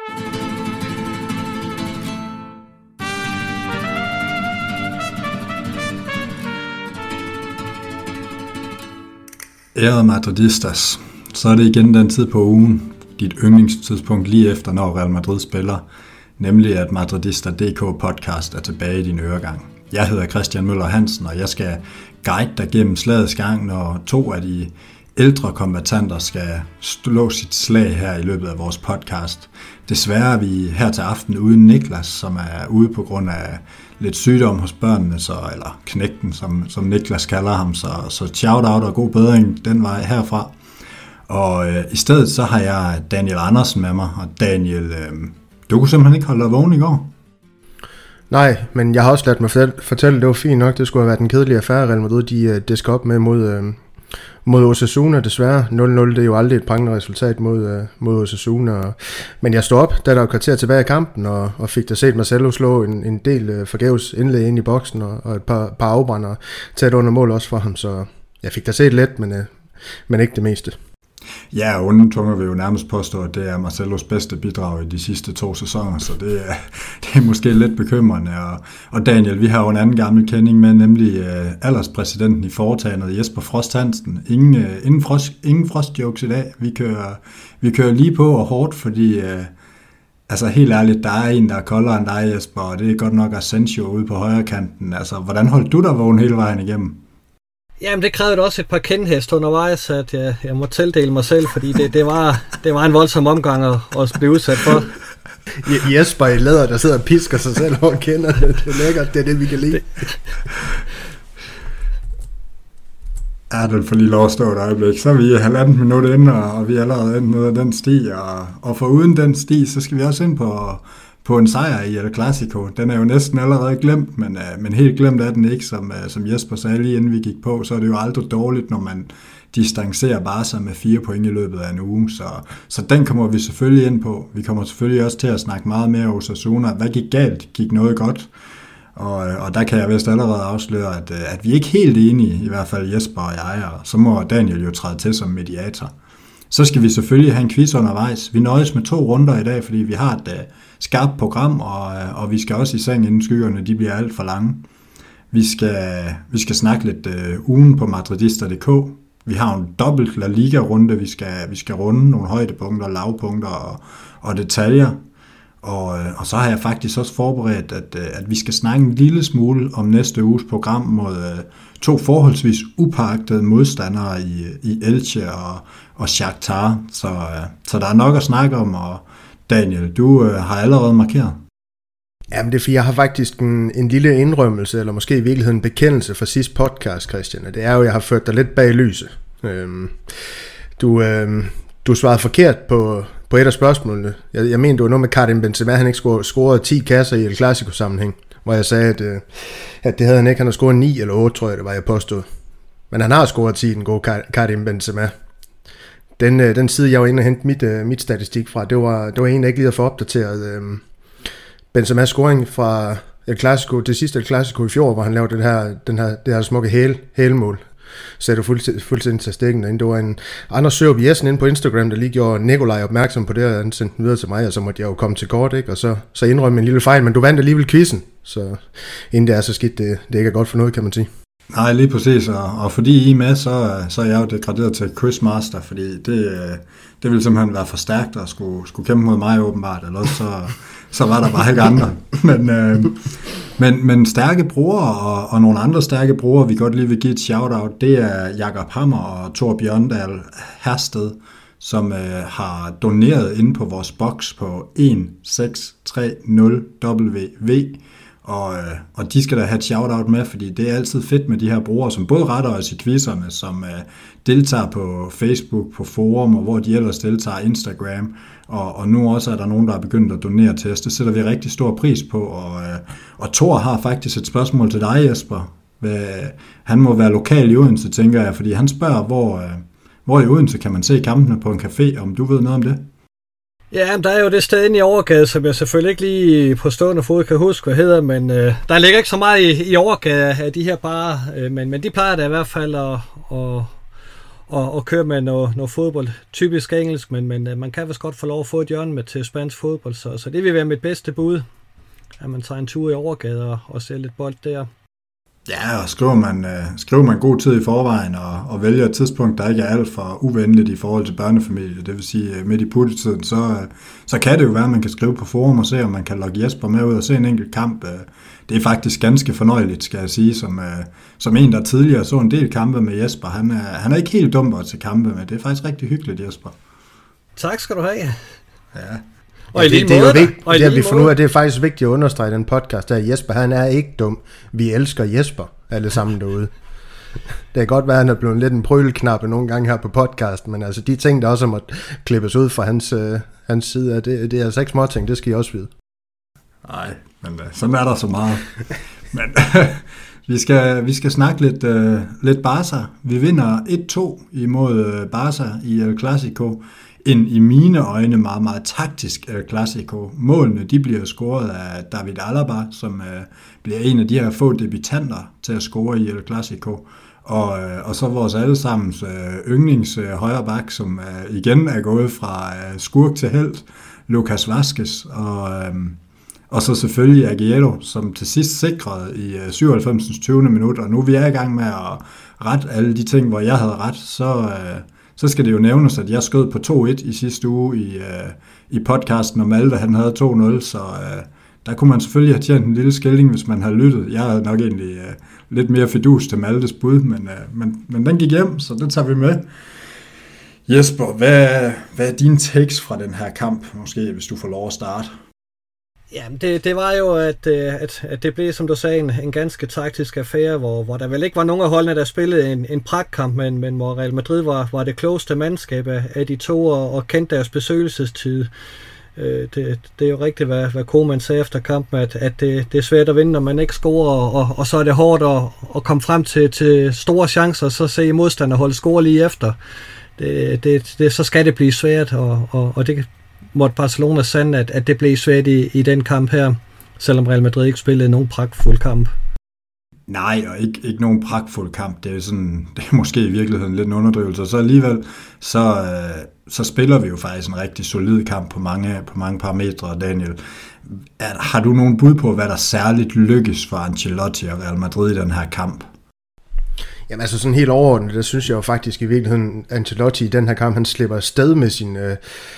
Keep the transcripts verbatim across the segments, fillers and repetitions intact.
Ærede madridistas, så er det igen den tid på ugen, dit yndlingstidspunkt lige efter, når Real Madrid spiller, nemlig at Madridista punktum d k podcast er tilbage i din øregang. Jeg hedder Christian Møller Hansen, og jeg skal guide dig gennem slagets gang, når to af de ældre kombattanter skal slå sit slag her i løbet af vores podcast. Desværre er vi her til aften uden Niklas, som er ude på grund af lidt sygdom hos børnene, så, eller knægten, som, som Niklas kalder ham, så, så shout-out og god bedring den vej herfra. Og øh, i stedet så har jeg Daniel Andersen med mig, og Daniel, øh, du kunne simpelthen ikke holde dig vågen i går? Nej, men jeg har også ladt mig fortælle, at det var fint nok, det skulle have været en kedelig affære, Real Madrid, de uh, disker op med mod, uh, mod Osasuna, desværre. nul nul, det er jo aldrig et prangende resultat mod, uh, mod Osasuna. Og, men jeg stod op, da der var kvarter tilbage i kampen, og, og fik da set Marcelo slå en, en del uh, forgæves indlæg ind i boksen, og, og et par, par afbrænder tæt under mål også for ham, så jeg fik da set lidt, men, uh, men ikke det meste. Ja, Undetunge vil jo nærmest påstå, at det er Marcelos bedste bidrag i de sidste to sæsoner, så det er, det er måske lidt bekymrende. Og, og Daniel, vi har jo en anden gammel kending med, nemlig uh, alderspræsidenten i foretagendet, Jesper Frost Hansen. Ingen, uh, ingen, frost, ingen frostjokes i dag. Vi kører, vi kører lige på og hårdt, fordi uh, altså helt ærligt, der er en, der er koldere end dig, Jesper, og det er godt nok Asensio ude på højre kanten. Altså, hvordan holdt du dig vågen hele vejen igennem? Jamen, det krævede også et par kendhest undervejs, at jeg, jeg må tildele mig selv, fordi det, det, var, det var en voldsom omgang at, at blive udsat for. Jesper i læder, der sidder og pisker sig selv over kenderne. Det er lækkert, det er det, vi kan lide. Ja, den får lige lov at stå et øjeblik. Så er vi halvandet minut inde, og vi er allerede inde ned ad den sti. Og, og for uden den sti, så skal vi også ind på... på en sejr i El Clasico. Den er jo næsten allerede glemt, men, uh, men helt glemt er den ikke, som, uh, som Jesper sagde lige inden vi gik på, så er det jo aldrig dårligt, når man distancerer Barca med fire point i løbet af en uge, så, så den kommer vi selvfølgelig ind på. Vi kommer selvfølgelig også til at snakke meget mere om Osasuna. Hvad gik galt? Gik noget godt? Og, og der kan jeg vist allerede afsløre, at, at vi er ikke helt enige, i hvert fald Jesper og jeg, og så må Daniel jo træde til som mediator. Så skal vi selvfølgelig have en quiz undervejs. Vi nøjes med to runder i dag, fordi vi har et uh, skarpt program, og, uh, og vi skal også i seng inden skyggerne, de bliver alt for lange. Vi skal, vi skal snakke lidt uh, ugen på Madridista punktum d k. Vi har en dobbelt La Liga-runde, vi skal, vi skal runde nogle højdepunkter, lavpunkter og, og detaljer. Og, uh, og så har jeg faktisk også forberedt, at, uh, at vi skal snakke en lille smule om næste uges program mod uh, to forholdsvis upagtede modstandere i, i Elche og og Shakhtar, så, så der er nok at snakke om, og Daniel, du øh, har allerede markeret. Jamen det er fordi, jeg har faktisk en, en lille indrømmelse, eller måske i virkeligheden en bekendelse fra sidste podcast, Christian, og det er jo, jeg har ført dig lidt bag lyset. Øhm, du, øhm, du svarede forkert på, på et af spørgsmålene. Jeg, jeg mener, det var noget med Karim Benzema, han ikke scorede, scorede ti kasser i El Clasico-sammenhæng, hvor jeg sagde, at, øh, at det havde han ikke, han har scoret ni eller otte, tror jeg, det var jeg påstod. Men han har scoret ti, den gode Karim Benzema. Den, den side, jeg var inde og hente mit, mit statistik fra, det var, det var en, der ikke lige havde fået opdateret øhm, Benzema's scoring fra El Clasico, det sidste El Clasico i fjor, hvor han lavede det her, den her, det her smukke hæl, hælmål. Så det var fuldstændig, fuldstændig til stikken derinde. Det var en Anders Sørup Jessen inde på Instagram, der lige gjorde Nikolaj opmærksom på det, og han sendte den videre til mig, og så måtte jeg jo komme til kort, ikke? Og så, så indrømme en lille fejl, men du vandt alligevel quizzen, så inden det er så skidt, det, det ikke er godt for noget, kan man sige. Nej, lige præcis, og, og fordi I er med, så, så er jeg jo degraderet til quizmaster, fordi det, det ville simpelthen være for stærkt at skulle, skulle kæmpe mod mig åbenbart, eller så, så var der bare ikke andre. Men, øh, men, men stærke brugere og, og nogle andre stærke brugere, vi godt lige vil give et shout-out, det er Jakob Hammer og Thor Bjørndal Hersted, som øh, har doneret inde på vores boks på et seks tre nul W V. Og, og de skal da have et shout-out med, fordi det er altid fedt med de her brugere, som både retter os i quizzerne, som uh, deltager på Facebook, på forum, og hvor de ellers deltager Instagram. Og, og nu også er der nogen, der er begyndt at donere til os. Det sætter vi rigtig stor pris på. Og, uh, og Thor har faktisk et spørgsmål til dig, Jesper. Hvad, han må være lokal i Odense, tænker jeg, fordi han spørger, hvor, uh, hvor i Odense kan man se kampene på en café, om du ved noget om det? Ja, der er jo det sted inde i Overgade, som jeg selvfølgelig ikke lige på stående fod kan huske, hvad hedder, men øh, der ligger ikke så meget i, i Overgade af de her barer, øh, men, men de plejer da i hvert fald at, at, og, og køre med noget, noget fodbold. Typisk engelsk, men, men man kan vist godt få lov at få et hjørne med til spansk fodbold, så, så det vil være mit bedste bud, at man tager en tur i Overgade og, og ser lidt bold der. Ja, og skriver man, øh, skriver man god tid i forvejen og, og vælger et tidspunkt, der ikke er alt for uvenligt i forhold til børnefamilie, det vil sige øh, midt i puttetiden, så, øh, så kan det jo være, at man kan skrive på forum og se, om man kan logge Jesper med ud og se en enkelt kamp. Øh, det er faktisk ganske fornøjeligt, skal jeg sige, som, øh, som en, der tidligere så en del kampe med Jesper. Han er, han er ikke helt dum til kampe, men det er faktisk rigtig hyggeligt, Jesper. Tak skal du have. Ja. Og ja, det, det er jo vigtigt, det har vi fundet ud af, det er faktisk vigtigt at understrege den podcast, der Jesper, han er ikke dum. Vi elsker Jesper, alle sammen derude. Det kan godt være, at han er blevet lidt en prøleknappe nogle gange her på podcasten, men altså de ting, der også måtte klippes ud fra hans, øh, hans side, det, det er altså ikke småting, det skal I også vide. Nej, men uh, sådan er der så meget. Men vi, skal, vi skal snakke lidt, uh, lidt Barca. Vi vinder et to imod Barca i El Clasico. En i mine øjne meget, meget taktisk El Clasico. Målene, de bliver scoret af David Alaba, som uh, bliver en af de her få debutanter til at score i El Clasico. Og, uh, og så vores allesammens uh, yndlings uh, højre bak, som uh, igen er gået fra uh, skurk til helt, Lucas Vazquez. Og, uh, og så selvfølgelig Agüero, som til sidst sikrede i uh, syvoghalvfems tyvende minut. Og nu vi er i gang med at rette alle de ting, hvor jeg havde ret, så... Uh, Så skal det jo nævnes, at jeg skød på to et i sidste uge i, øh, i podcasten, og Malte han havde to nul, så øh, der kunne man selvfølgelig have tjent en lille skilling, hvis man havde lyttet. Jeg havde nok egentlig øh, lidt mere fidus til Maltes bud, men, øh, men, men den gik hjem, så det tager vi med. Jesper, hvad, hvad er dine takes fra den her kamp, måske, hvis du får lov at starte? Jamen, det, det var jo, at, at, at det blev, som du sagde, en, en ganske taktisk affære, hvor, hvor der vel ikke var nogen af holdene, der spillede en, en pragtkamp, men, men hvor Real Madrid var, var det klogeste mandskab af, af de to, og, og kendte deres besøgelsestid. Øh, det, det er jo rigtigt, hvad, hvad Koeman sagde efter kampen, at, at det, det er svært at vinde, når man ikke scorer, og, og, og så er det hårdt at, at komme frem til, til store chancer, og så se modstander holde score lige efter. Det, det, det, så skal det blive svært, og, og, og det måtte Barcelona sande, at, at det blev svært i, i den kamp her, selvom Real Madrid ikke spillede nogen pragtfuld kamp. Nej, og ikke, ikke nogen pragtfuld kamp. Det er, sådan, det er måske i virkeligheden lidt en underdrivelse. Så alligevel, så, øh, så spiller vi jo faktisk en rigtig solid kamp på mange, på mange parametre, Daniel. Er, har du nogen bud på, hvad der særligt lykkes for Ancelotti og Real Madrid i den her kamp? Jamen altså sådan helt overordnet, der synes jeg jo faktisk i virkeligheden, Ancelotti i den her kamp, han slipper afsted med sin... Øh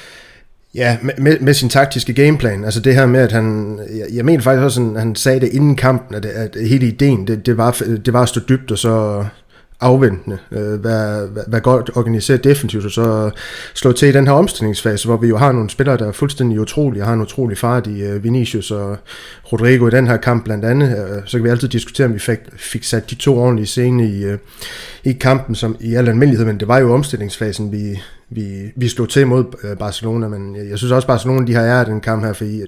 Ja, med, med sin taktiske gameplan, altså det her med, at han, jeg, jeg mener faktisk også, at han sagde det inden kampen, at, at hele ideen, det, det, var, det var at stå dybt og så afventende, øh, være, være godt organiseret defensivt, og så slå til i den her omstillingsfase, hvor vi jo har nogle spillere, der er fuldstændig utrolige, har en utrolig fart i øh, Vinicius og Rodrigo i den her kamp blandt andet, øh, så kan vi altid diskutere, om vi fik, fik sat de to ordentlige scene i, øh, i kampen, som i al almindelighed, men det var jo omstillingsfasen, vi, vi, vi slog til mod øh, Barcelona, men jeg, jeg synes også, Barcelona, de har æret den kamp her, fordi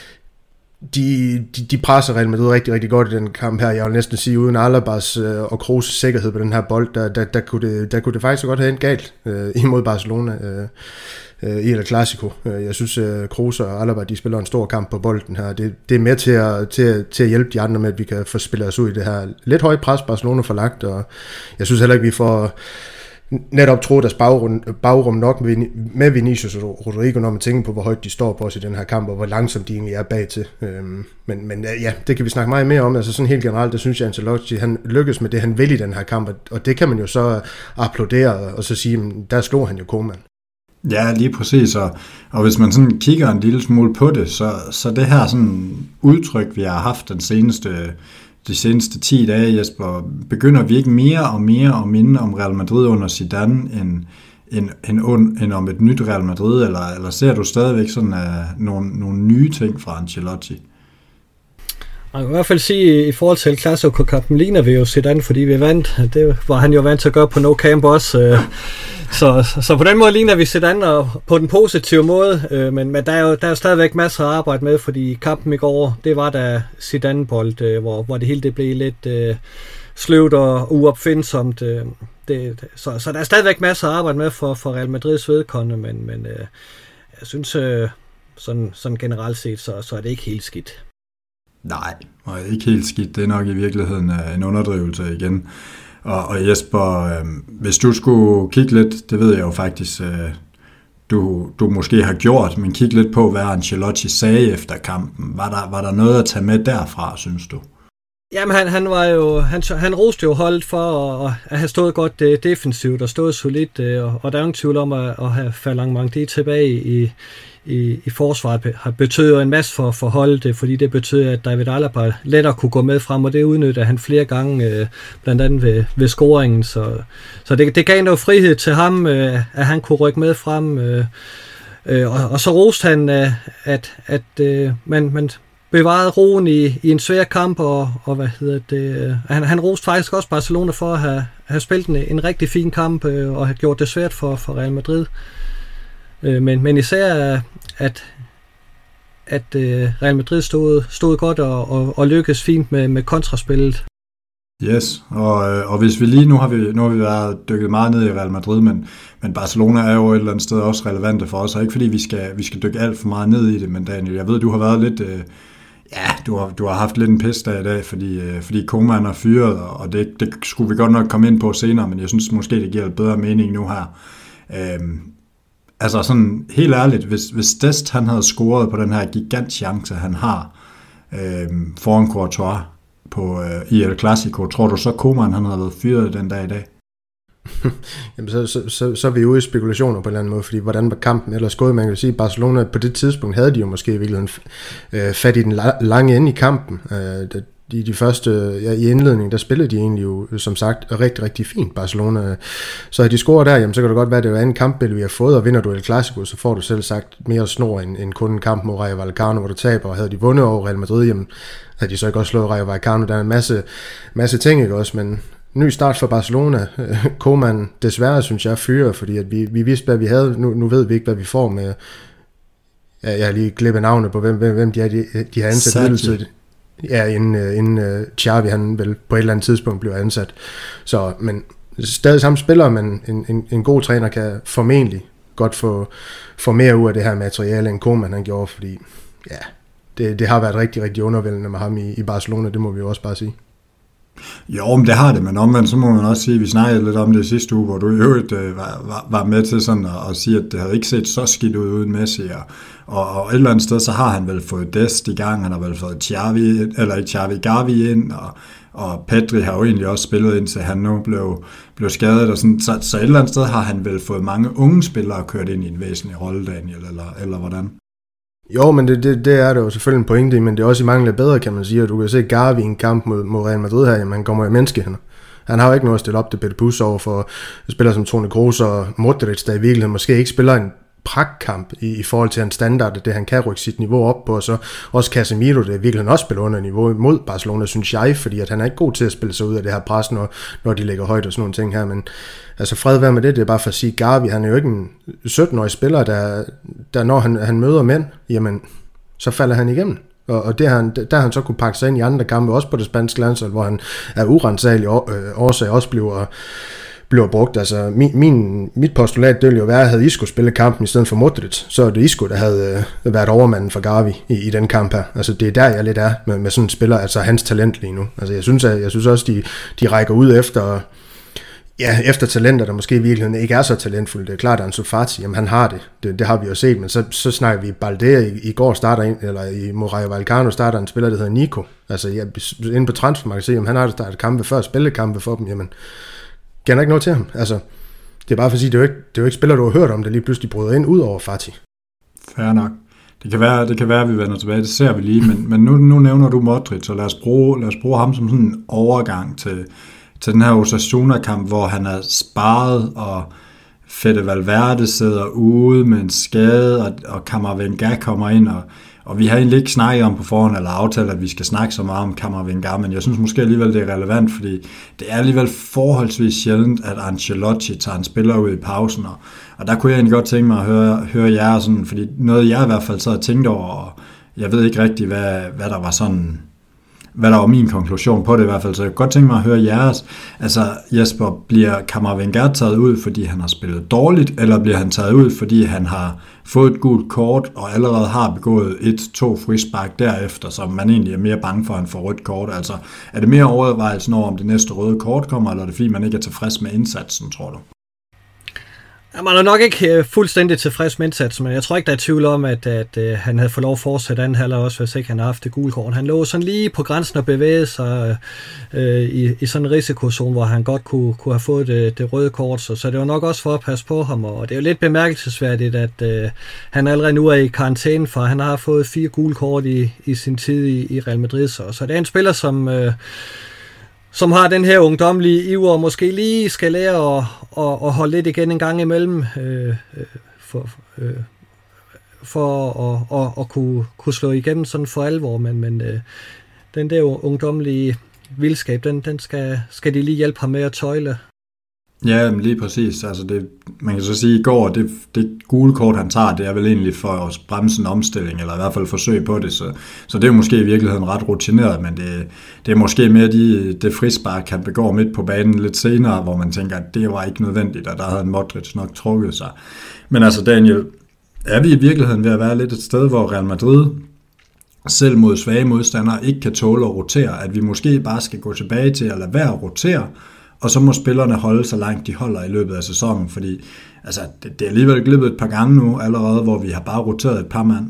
De, de, de presser Real Madrid rigtig, rigtig godt i den kamp her. Jeg vil næsten sige, uden Alabas øh, og Kroos sikkerhed på den her bold, der, der, der, kunne, det, der kunne det faktisk godt have endt galt øh, imod Barcelona øh, øh, i El Clasico. Jeg synes, øh, Kroos og Alaba, de spiller en stor kamp på bolden her. Det, det er med til at, til, til at hjælpe de andre med, at vi kan få spillet os ud i det her lidt høje pres, Barcelona får lagt, og jeg synes heller ikke, vi får netop troede deres bagrum, bagrum nok med, med Vinicius og Rodrigo, når man tænker på, hvor højt de står på os i den her kamp, og hvor langsomt de egentlig er bag til. Øhm, men, men ja, det kan vi snakke meget mere om. Altså sådan helt generelt, det synes jeg, Ancelotti, han lykkes med det, han vil i den her kamp, og det kan man jo så applaudere, og så sige, der slog han jo Koeman. Ja, lige præcis, og, og hvis man sådan kigger en lille smule på det, så, så det her sådan udtryk, vi har haft den seneste de seneste ti dage, Jesper, begynder vi ikke mere og mere at minde om Real Madrid under Zidane, end, end, end, end om et nyt Real Madrid, eller, eller ser du stadigvæk sådan uh, nogle, nogle nye ting fra Ancelotti? Jeg kan i hvert fald sige, at i forhold til Clasico-kampen ligner vi jo Zidane, fordi vi vandt. Det var han jo vant til at gøre på No Camp også. Så, så på den måde ligner vi Zidane, og på den positive måde. Men, men der er jo der er jo stadigvæk masser af arbejde med, fordi kampen i går, det var da Zidane-bold, hvor, hvor det hele det blev lidt uh, sløvt og uopfindsomt. Det, det, så, så der er stadigvæk masser af arbejde med for, for Real Madrids vedkommende, men, men uh, jeg synes, uh, sådan, sådan generelt set, så, så er det ikke helt skidt. Nej, og ikke helt skidt. Det er nok i virkeligheden en underdrivelse igen. Og, og Jesper, øh, hvis du skulle kigge lidt, det ved jeg jo faktisk, øh, du, du måske har gjort, men kigge lidt på, hvad Ancelotti sagde efter kampen. Var der, var der noget at tage med derfra, synes du? Jamen, han, han var jo, han, han roste jo holdet for at, at have stået godt uh, defensivt og stået solidt, uh, og, og der er ingen tvivl om at, at have Falangmang de tilbage i, i, i forsvaret har betydet en masse for, for holdet, fordi det betød, at David Alaba lettere kunne gå med frem, og det udnyttede han flere gange, uh, blandt andet ved, ved scoringen, så, så det, det gav noget frihed til ham, uh, at han kunne rykke med frem, uh, uh, og, og så roste han, uh, at, at uh, man, man bevarede roen i, i en svær kamp, og, og hvad hedder det, han, han roste faktisk også Barcelona for at have, have spillet en, en rigtig fin kamp, øh, og have gjort det svært for, for Real Madrid. Øh, men, men især, at, at øh, Real Madrid stod, stod godt og, og, og lykkedes fint med, med kontraspillet. Yes, og, og hvis vi lige, nu har vi, nu har vi været dykket meget ned i Real Madrid, men, men Barcelona er jo et eller andet sted også relevante for os, og ikke fordi vi skal, vi skal dykke alt for meget ned i det, men Daniel, jeg ved, du har været lidt, øh, ja, du har, du har haft lidt en pissdag i dag, fordi, øh, fordi Koeman er fyret, og det, det skulle vi godt nok komme ind på senere, men jeg synes måske, det giver lidt bedre mening nu her. Øh, altså sådan, helt ærligt, hvis, hvis Dest han havde scoret på den her gigantchance, han har øh, foran Courtois, på øh, i El Clasico, tror du så Koeman han havde været fyret den dag i dag? Jamen så, så, så, så er vi ude i spekulationer på en eller anden måde, fordi hvordan var kampen ellers gået? Man kan sige, at Barcelona på det tidspunkt havde de jo måske i virkeligheden øh, fat i den la- lange ende i kampen. Øh, de, de første, ja, i indledningen, der spillede de egentlig jo, som sagt, rigtig, rigtig fint, Barcelona. Så at de scorer der, jamen så kan det godt være, at det er anden kampbillede, vi har fået, og vinder du El Clasico, så får du selv sagt mere snor end, end kun en kamp mod Rayo Vallecano, hvor du taber, og havde de vundet over Real Madrid, jamen havde de så ikke også slået Rayo Vallecano. Der er en masse, masse ting, ikke også, men ny start for Barcelona. Koeman desværre, synes jeg, fyrer, fordi at vi, vi vidste, hvad vi havde. Nu, nu ved vi ikke, hvad vi får med. Jeg, jeg har lige glippet navnet på, hvem, hvem, hvem de, er, de, de har ansat midlertidigt. Ja, inden, inden uh, Xavi, han vel på et eller andet tidspunkt blev ansat. Så, men stadig samme spiller, men en, en, en god træner kan formentlig godt få, få mere ud af det her materiale, end Koeman han gjorde, fordi ja, det, det har været rigtig, rigtig undervældende med ham i, i Barcelona, det må vi jo også bare sige. Jo, men det har det, men omvendt, så må man også sige, at vi snakkede lidt om det sidste uge, hvor du i øvrigt øh, var, var, var med til sådan at, at sige, at det havde ikke set så skidt ud uden Messi, og, og, og et eller andet sted, så har han vel fået Dest i gang, han har vel fået Xavi, eller ikke Xavi, Gavi ind, og, og Pedri har jo egentlig også spillet indtil han nu blev, blev skadet, og sådan, så, så et eller andet sted har han vel fået mange unge spillere kørt ind i en væsentlig rolle, Daniel, eller, eller hvordan? Jo, men det, det, det er det jo selvfølgelig en pointe, men det er også i mangel af bedre, kan man sige, og du kan se Gavi i en kamp mod, mod Real Madrid her, jamen han kommer jo menneske hen. Han har jo ikke noget at stille op til Peter Bus over for spillere som Toni Kroos og Modric, der i virkeligheden måske ikke spiller en pragtkamp i, i forhold til hans standard, det han kan rykke sit niveau op på, og så også Casemiro, der i virkeligheden også spiller under niveau mod Barcelona, synes jeg, fordi at han er ikke god til at spille sig ud af det her pres, når, når de ligger højt og sådan nogle ting her, men altså fred være med det, det er bare for at sige, Gavi, han er jo ikke en sytten-årig spiller, der, der når han, han møder mænd, jamen, så falder han igennem. Og, og det han, der han så kunne pakke sig ind i andre kampe, også på det spanske landshold, hvor han er urensagelig årsag også bliver bliver brugt. Altså, min, min, mit postulat, det ville jo være, at havde Isco spillet kampen i stedet for Modric, så er det Isco, der havde øh, været overmanden for Gavi i, i den kamp her. Altså, det er der, jeg lidt er med, med sådan en spiller, altså hans talent lige nu. Altså, jeg synes, at, jeg synes også, de, de rækker ud efter, ja, efter talenter, der måske i virkeligheden ikke er så talentfulde. Det er klart, at Ansu Fati, jamen han har det. det. Det har vi jo set, men så, så snakker vi Balde i, i går starter ind, eller i Rayo Vallecano starter en spiller, der hedder Nico. Altså, ja, inde på transfermarkedet, jamen han har startet kampe før, spillet kampe for dem, jamen kender ikke noget til ham. Altså, det er bare for at sige, det er jo ikke, det er jo ikke spiller, du har hørt om, der lige pludselig bryder ind ud over Fati. Fair nok. Det kan være, det kan være, at vi vender tilbage, det ser vi lige, men, men nu, nu nævner du Modric, så lad os bruge, lad os bruge ham som sådan en overgang til, til den her Osasuna-kamp, hvor han er sparet, og Fede Valverde sidder ude med en skade, og, og Camavinga kommer ind, og Og vi har egentlig ikke snakket om på forhånd, eller aftalt, at vi skal snakke så meget om Camavinga, men jeg synes måske alligevel, det er relevant, fordi det er alligevel forholdsvis sjældent, at Ancelotti tager en spiller ud i pausen, og, og der kunne jeg egentlig godt tænke mig at høre, høre jer, sådan, fordi noget jeg i hvert fald så havde tænkt over, og jeg ved ikke rigtig, hvad, hvad der var sådan, hvad der var min konklusion på det i hvert fald, så jeg kunne godt tænke mig at høre jeres. Altså Jesper, bliver Kammervenger taget ud, fordi han har spillet dårligt, eller bliver han taget ud, fordi han har fået et gult kort, og allerede har begået et, to frispark derefter, så man egentlig er mere bange for, at han får rødt kort? Altså er det mere overvejelsen over, om det næste røde kort kommer, eller er det fordi, man ikke er tilfreds med indsatsen, tror du? Man er nok ikke fuldstændig tilfreds med indsatsen, men jeg tror ikke, der er tvivl om, at, at, at han havde fået lov at fortsætte anden halvleg også, hvis ikke han havde haft det gule kort. Han lå sådan lige på grænsen og bevægede sig øh, i, i sådan en risikozone, hvor han godt kunne, kunne have fået det, det røde kort, så, så det var nok også for at passe på ham, og det er jo lidt bemærkelsesværdigt, at øh, han allerede nu er i karantæne, for han har fået fire gule kort i, i sin tid i, i Real Madrid, så, så det er en spiller, som... Øh, som har den her ungdomlige iver, og måske lige skal lære at, at, at holde lidt igen en gang imellem, øh, for, øh, for at, at, at kunne, kunne slå igennem sådan for alvor, men, men øh, den der ungdomlige vildskab, den, den skal, skal de lige hjælpe ham med at tøjle. Ja, lige præcis. Altså det, man kan så sige, at i går, det, det gule kort, han tager, det er vel egentlig for at bremse en omstilling, eller i hvert fald forsøge på det. Så, så det er jo måske i virkeligheden ret rutineret, men det, det er måske mere de, det frispark, han begår midt på banen lidt senere, hvor man tænker, at det var ikke nødvendigt, og der havde en Modric nok trukket sig. Men altså Daniel, er vi i virkeligheden ved at være lidt et sted, hvor Real Madrid selv mod svage modstandere ikke kan tåle at rotere, at vi måske bare skal gå tilbage til at lade være at rotere, og så må spillerne holde så langt de holder i løbet af sæsonen, fordi altså, det, det er alligevel glippet et par gange nu allerede, hvor vi har bare roteret et par mand.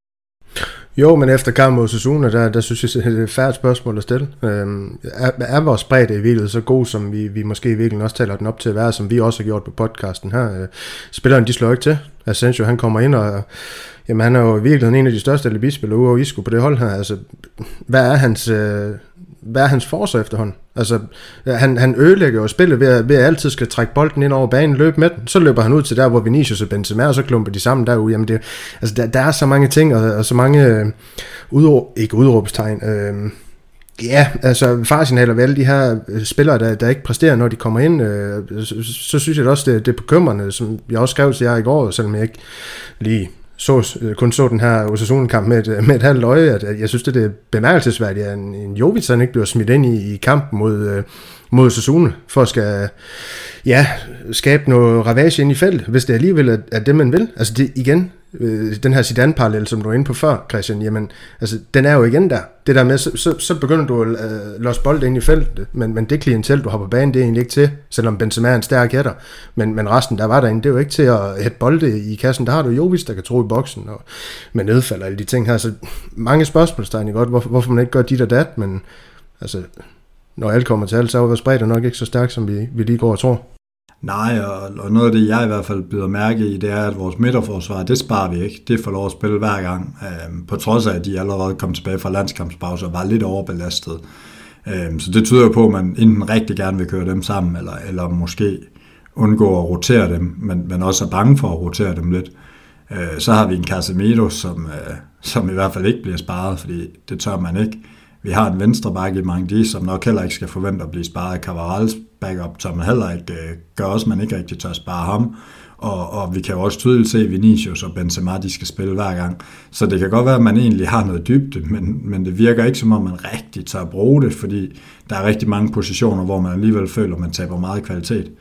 Jo, men efter kampen mod Osasuna, der, der synes jeg, det er et færdigt spørgsmål at stille. Øhm, er, er vores bredde i virkeligheden så god, som vi, vi måske i virkeligheden også taler den op til at være, som vi også har gjort på podcasten her? Øh, spilleren, de slår ikke til. Asensio, han kommer ind, og jamen, han er jo i virkeligheden en af de største alibi-spillere ude af Isco på det hold her. Altså, hvad er hans... Øh, hvad er hans forsvar efterhånden? Altså, han, han ødelægger jo spillet ved at, ved at altid skal trække bolden ind over banen, løbe med den, så løber han ud til der, hvor Vinicius og Benzema, og så klumper de sammen derude. Jamen det, altså, der, der er så mange ting, og, og så mange øh, udråb, ikke udråbstegn, øh, ja, altså farsignaler ved alle de her spillere, der, der ikke præsterer, når de kommer ind, øh, så, så synes jeg også, det, det er bekymrende, som jeg også skrev til jer i går, selvom jeg ikke lige så, kun så den her Osasuna-kamp med et, med et halvt øje, at, at jeg synes, det er bemærkelsesværdigt, at en, en Jovic, han ikke bliver smidt ind i, i kampen mod, mod Osasuna, for at skal, ja, skabe noget ravage ind i feltet, hvis det alligevel er, er det, man vil. Altså det, igen, øh, den her Zidane-parallel, som du var inde på før, Christian, jamen, altså, den er jo igen der. Det der med, så, så, så begynder du at øh, låse bold ind i feltet, men, men det klientel, du har på banen, det er egentlig ikke til, selvom Benzema er en stærk hætter, men, men resten, der var derinde, det er jo ikke til at hætte bolde i kassen. Der har du Jovic, der kan tro i boksen, og med nedfald og alle de ting her. Så mange spørgsmålstegn, godt, hvorfor, hvorfor man ikke gør dit og dat, men altså, når alt kommer til alt, så er vores bredde nok ikke så stærk, som vi, vi lige går og tror. Nej, og, og noget af det, jeg i hvert fald bider mærke i, det er, at vores midterforsvar, det sparer vi ikke. Det får lov at spille hver gang. Øhm, på trods af, at de allerede kom tilbage fra landskampspause og var lidt overbelastet. Øhm, så det tyder jo på, at man enten rigtig gerne vil køre dem sammen, eller, eller måske undgå at rotere dem, men, men også er bange for at rotere dem lidt. Øh, så har vi en Casemiro, som, øh, som i hvert fald ikke bliver sparet, fordi det tør man ikke. Vi har en venstre bakke i Mangdi, som nok heller ikke skal forvente at blive sparet. Cavarals backup, som heller ikke øh, gør også, man ikke rigtig tør spare ham. Og, og vi kan jo også tydeligt se, at Vinicius og Benzema, de skal spille hver gang. Så det kan godt være, at man egentlig har noget dybde, men, men det virker ikke, som om man rigtig tør bruge det, fordi der er rigtig mange positioner, hvor man alligevel føler, at man taber meget kvalitet.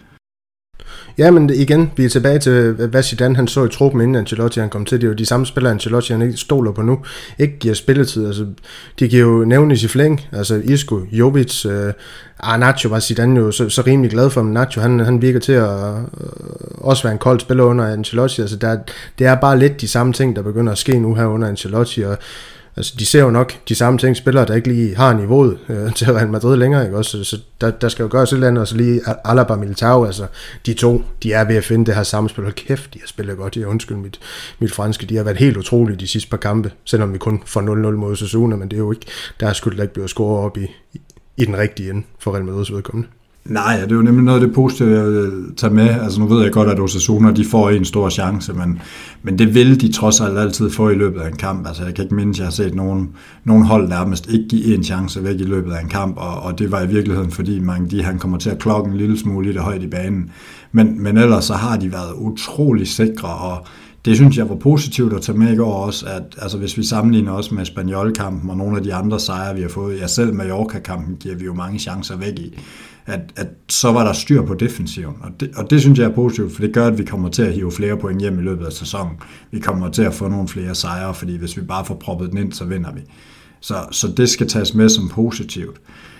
Ja, men igen, vi er tilbage til, hvad Zidane han så i truppen, inden Ancelotti han kom til. Det er jo de samme spillere, Ancelotti han ikke stoler på nu, ikke giver spilletid. Altså, de giver jo nævnes i flæng, altså Isco, Jovic, øh, ah, Nacho var Zidane jo så, så rimelig glad for, men Nacho han, han virker til at øh, også være en kold spiller under Ancelotti. Altså, der, det er bare lidt de samme ting, der begynder at ske nu her under Ancelotti, og altså, de ser jo nok de samme ting, spillere, der ikke lige har niveauet øh, til Real Madrid længere, ikke også? Så der, der skal jo gøres et eller andet, og så lige Alaba Militao, altså de to, de er ved at finde det her samspil. Hold kæft, de har spillet godt, jeg undskyld mit, mit franske, de har været helt utrolige de sidste par kampe, selvom vi kun får nul nul mod Osasuna, men det er jo ikke, der er skyld, der ikke bliver scoret op i, i, i den rigtige ende for Real Madrids vedkommende. Nej, det er jo nemlig noget af det positive, jeg vil tage med. Altså nu ved jeg godt, at Osasuna, de får en stor chance, men, men det vil de trods alt altid få i løbet af en kamp. Altså jeg kan ikke minde, at jeg har set nogen, nogen hold nærmest ikke give en chance væk i løbet af en kamp, og, og det var i virkeligheden, fordi mange de, han kommer til at klokke en lille smule i det højt i banen. Men, men ellers så har de været utrolig sikre, og det synes jeg var positivt at tage med i går også, at altså, hvis vi sammenligner også med Espanyol-kampen og nogle af de andre sejre, vi har fået, ja selv Mallorca-kampen giver vi jo mange chancer væk i, at, at så var der styr på defensiven, og det, og det synes jeg er positivt, for det gør, at vi kommer til at hive flere point hjem i løbet af sæsonen. Vi kommer til at få nogle flere sejre, fordi hvis vi bare får proppet den ind, så vinder vi. Så, så det skal tages med som positivt.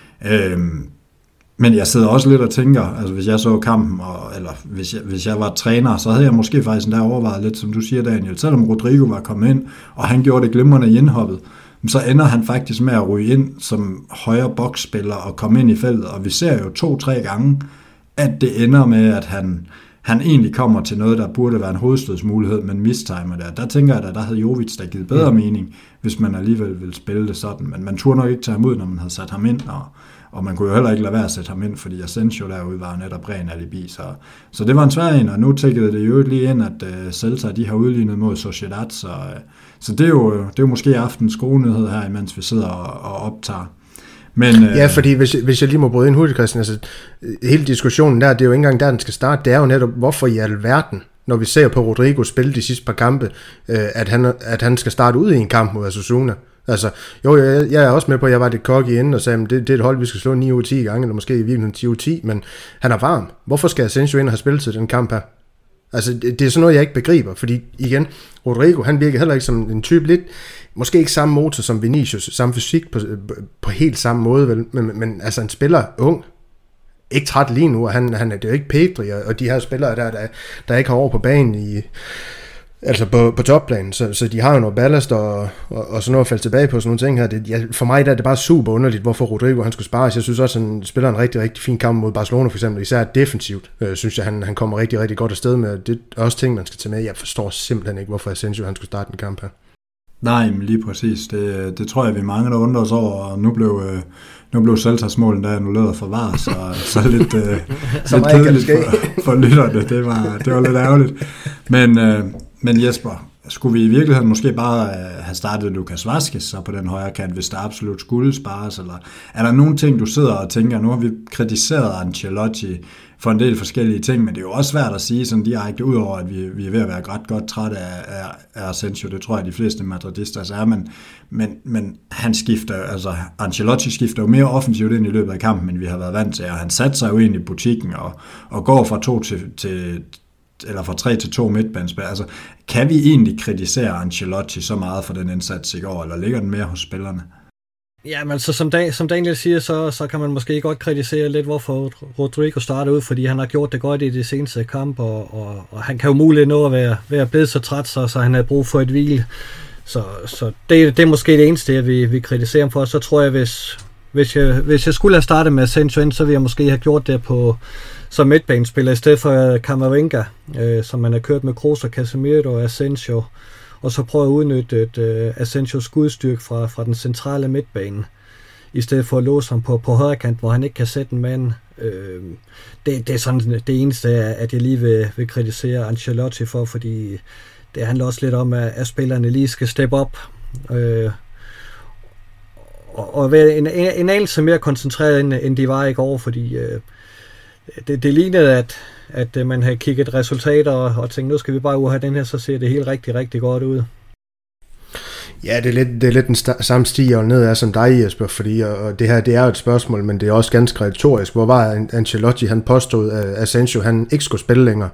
Øhm, Men jeg sidder også lidt og tænker, altså hvis jeg så kampen, og, eller hvis jeg, hvis jeg var træner, så havde jeg måske faktisk endda overvejet lidt, som du siger, Daniel, selvom Rodrigo var kommet ind, og han gjorde det glimrende i indhoppet, så ender han faktisk med at ryge ind som højre boksspiller og komme ind i feltet, og vi ser jo to-tre gange, at det ender med, at han, han egentlig kommer til noget, der burde være en hovedstødsmulighed, men mistimer der. Der tænker jeg, at der havde Jovic da givet bedre mening, hvis man alligevel ville spille det sådan, men man turde nok ikke tage ham ud, når man havde sat ham ind, og Og man kunne jo heller ikke lade være at sætte ham ind, fordi Asensio derude var netop ren alibi. Så, så det var en svær en, og nu tækkede det jo lige ind, at uh, Celta de har udlignet mod Sociedad. Så, uh, så det, er jo, det er jo måske aftens gode nyhed her, imens vi sidder og, og optager. Men, uh, ja, fordi hvis, hvis jeg lige må bryde ind hurtigt, Christian, altså hele diskussionen der, det er jo ikke engang der, den skal starte. Det er jo netop, hvorfor i alverden, når vi ser på Rodrigo spille de sidste par kampe, uh, at, han, at han skal starte ud i en kamp mod Osasuna. Altså, jo, jeg, jeg er også med på, at jeg var lidt cocky inden og sagde, at det, det er et hold, vi skal slå ni ud af ti gange, eller måske i virkeligheden ti ud af ti, men han er varm. Hvorfor skal Asensio ind og have spillet til den kamp her? Altså, det, det er sådan noget, jeg ikke begriber, fordi igen, Rodrigo, han virker heller ikke som en type lidt, måske ikke samme motor som Vinicius, samme fysik på, på helt samme måde, vel? Men, men altså, han spiller ung, ikke træt lige nu, og han, han er det jo ikke Pedri, og de her spillere der, der, der ikke har over på banen i... Altså på, på topplanen, så, så de har jo noget ballast og, og, og sådan noget at falde tilbage på, sådan nogle ting her. Det, ja, for mig der er det bare super underligt, hvorfor Rodrigo han skulle spares. Jeg synes også, han spiller en rigtig, rigtig fin kamp mod Barcelona for eksempel, især defensivt, øh, synes jeg, han, han kommer rigtig, rigtig godt afsted med. Det er også ting, man skal tage med. Jeg forstår simpelthen ikke, hvorfor Asensio han skulle starte en kamp her. Nej, men lige præcis. Det, det tror jeg, vi mange, der undrer os over, og nu blev... Øh Nu blev Celtas mål, der annulleret for V A R, så, så lidt, øh, lidt kedeligt for, for lytterne. Det var, det var lidt ærgerligt. Men, øh, men Jesper, skulle vi i virkeligheden måske bare øh, have startet Lucas Vázquez så på den højre kant, hvis der absolut skulle spares? Eller er der nogle ting, du sidder og tænker, nu har vi kritiseret Ancelotti for en del forskellige ting, men det er jo også svært at sige sådan direkte, udover at vi, vi er ved at være ret godt trætte af, af, af Asensio, det tror jeg, de fleste madridistas er, men, men, men han skifter, altså Ancelotti skifter jo mere offensivt ind i løbet af kampen, end vi har været vant til, og han satte sig jo ind i butikken og, og går fra to til, til eller fra tre til to midtbanespil. Altså, kan vi egentlig kritisere Ancelotti så meget for den indsats i går, eller ligger den mere hos spillerne? Ja, men så som, Dan, som Daniel siger, så, så kan man måske godt kritisere lidt, hvorfor Rodrigo starter ud, fordi han har gjort det godt i de seneste kampe, og, og, og han kan jo muligt nå at være, være blevet så træt, så, så han har brug for et hvil. Så, så det, det er måske det eneste, vi, vi kritiserer ham for. Så tror jeg, hvis, hvis, jeg, hvis jeg skulle have startet med Asensio ind, så ville jeg måske have gjort det på som midtbanespiller, i stedet for Camavinga, øh, som man har kørt med Kroos og Casemiro og Asensio, og så prøve at udnytte et uh, Asensios skudstyrke fra, fra den centrale midtbane, i stedet for at låse ham på, på højre kant, hvor han ikke kan sætte en mand. Øh, det, det er sådan det eneste, at jeg lige vil, vil kritisere Ancelotti for, fordi det handler også lidt om, at, at spillerne lige skal steppe op, øh, og, og være en, en, en anelse mere koncentreret, end, end de var i går, fordi øh, det, det lignede, at at man havde kigget resultater og, og tænkt, nu skal vi bare ud have den her, så ser det helt rigtig, rigtig godt ud. Ja, det er lidt, det er lidt den st- samme sti, jeg ned af som dig, Jesper, fordi og det her, det er jo et spørgsmål, men det er også ganske retorisk. Hvor var Ancelotti, han påstod, at Asensio, han ikke skulle spille længere?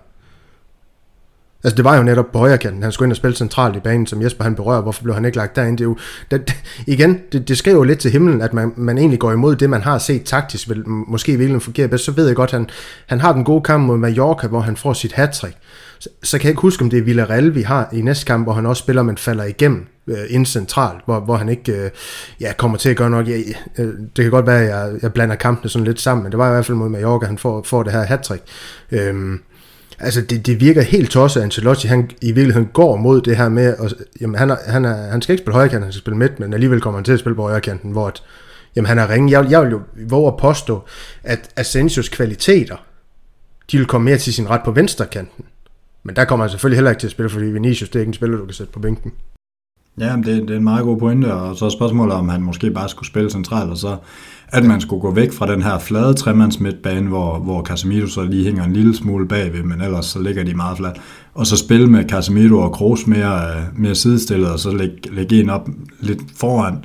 Altså, det var jo netop på højrekanten. Han skulle ind og spille centralt i banen, som Jesper han berører. Hvorfor blev han ikke lagt derind? Det er jo, det, igen, det, det skriver jo lidt til himlen, at man, man egentlig går imod det, man har set taktisk, vil måske i virkeligheden fungere bedst. Så ved jeg godt, han, han har den gode kamp mod Mallorca, hvor han får sit hattrick. Så, så kan jeg ikke huske, om det er Villarreal, vi har i næste kamp, hvor han også spiller, men falder igennem øh, ind centralt, hvor, hvor han ikke øh, ja, kommer til at gøre nok. Ja, øh, det kan godt være, at jeg, jeg blander kampene sådan lidt sammen, men det var i hvert fald mod Mallorca, han får, får det her hattrick. Øhm, Altså, det, det virker helt tosset, at Ancelotti, han i virkeligheden går mod det her med, at, jamen, han, er, han, er, han skal ikke spille højrekanten, han skal spille midt, men alligevel kommer han til at spille på højrekanten, hvor at, jamen, han er ringe. Jeg, jeg vil jo våge at påstå, at Asensios kvaliteter, de vil komme mere til sin ret på venstrekanten. Men der kommer han selvfølgelig heller ikke til at spille, fordi Vinicius, det er ikke en spiller, du kan sætte på bænken. Ja, det, det er en meget god pointe, og så er spørgsmålet, om han måske bare skulle spille centralt, og så at man skulle gå væk fra den her flade tremands midtbane, hvor, hvor Casemiro så lige hænger en lille smule bagved, men ellers så ligger de meget fladt, og så spille med Casemiro og Kroos mere, mere sidestillet, og så lægge, lægge en op lidt foran.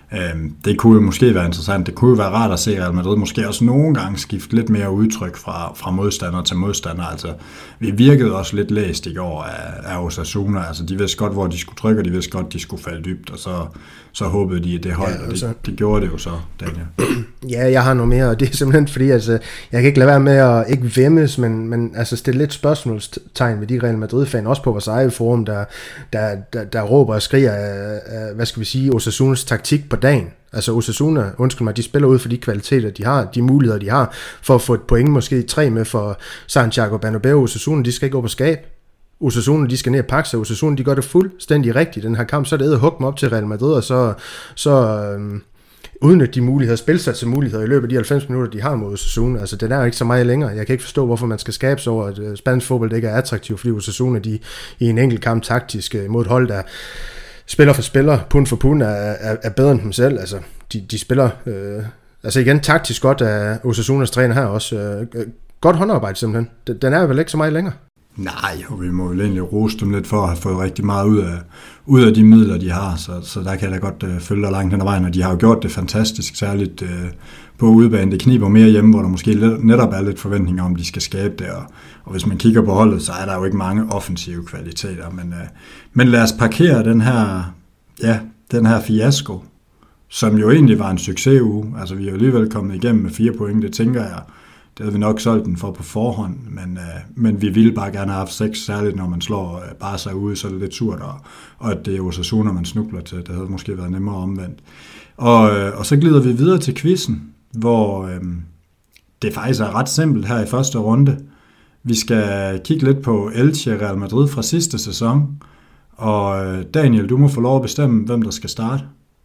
Det kunne jo måske være interessant. Det kunne jo være rart at se Real Madrid måske også nogle gange skifte lidt mere udtryk fra, fra modstander til modstander. Altså, vi virkede også lidt læst i går af, af Osasuna. Altså, de vidste godt, hvor de skulle trykke, og de vidste godt, de skulle falde dybt, og så, så håbede de, at det holdt, ja, altså, og det, det gjorde det jo så, Daniel. Ja, jeg har noget mere, og det er simpelthen fordi, altså, jeg kan ikke lade være med at ikke vemmes, men, men altså, stille lidt spørgsmålstegn ved de Real Madrid-fan, også på vores eget forum, der, der, der, der råber og skriger af, af, hvad skal vi sige, Osasunas taktik på dagen. Altså Osasuna, undskyld mig, de spiller ud for de kvaliteter, de har, de muligheder, de har, for at få et point, måske tre med for Santiago Bernabeu. Osasuna, de skal ikke gå på skab. Osasuna, de skal ned og pakke sig. Osasuna, de gør det fuldstændig rigtigt. Den her kamp, så er det æde hugge op til Real Madrid, og så, så øhm, udnytte de muligheder, spille sig til muligheder i løbet af de halvfems minutter, de har mod Osasuna. Altså, den er jo ikke så meget længere. Jeg kan ikke forstå, hvorfor man skal skabe sig over, at uh, spansk fodbold ikke er attraktivt, fordi Osasuna, de i en enkelt kamp taktisk uh, mod et hold, der spiller for spiller, pund for pund, er, er, er bedre end dem selv. Altså, de, de spiller, øh, altså igen, taktisk godt af Osasunas træner her også. Øh, godt håndarbejde simpelthen. Den, den er vel ikke så meget længere. Nej, og vi må jo egentlig rose dem lidt for at have fået rigtig meget ud af, ud af de midler, de har, så, så der kan jeg da godt øh, følge dig langt hen ad vejen, og de har jo gjort det fantastisk, særligt øh, på udebane. Det kniber mere hjemme, hvor der måske netop er lidt forventninger om, de skal skabe det, og, og hvis man kigger på holdet, så er der jo ikke mange offensive kvaliteter, men, øh, men lad os parkere den her, ja, den her fiasko, som jo egentlig var en succesuge. Altså, vi er jo alligevel kommet igennem med fire point, det tænker jeg. Det havde vi nok solgt den for på forhånd, men, øh, men vi ville bare gerne have haft seks, særligt når man slår øh, bare sig ude, så er det lidt surt, og, og at det er Osasuna, man snubler til. Det havde måske været nemmere omvendt. Og, øh, og så glider vi videre til quizzen, hvor øh, det faktisk er ret simpelt her i første runde. Vi skal kigge lidt på Elche Real Madrid fra sidste sæson, og øh, Daniel, du må få lov at bestemme, hvem der skal starte.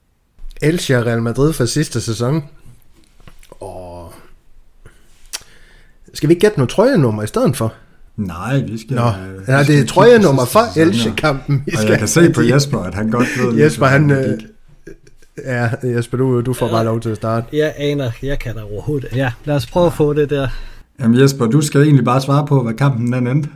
Elche Real Madrid fra sidste sæson. Og skal vi ikke gætte nogle trøjenummer i stedet for? Nej, vi skal... Nå, vi nej, det er trøjenummer fra Elche-kampen. Og jeg kan se på Jesper, at han godt ved... Jesper, han... Øh, ja, Jesper, du, du får bare lov til at starte. Jeg aner, jeg kan da overhovedet... Ja, lad os prøve at få det der. Jamen Jesper, du skal egentlig bare svare på, hvad kampen den endte.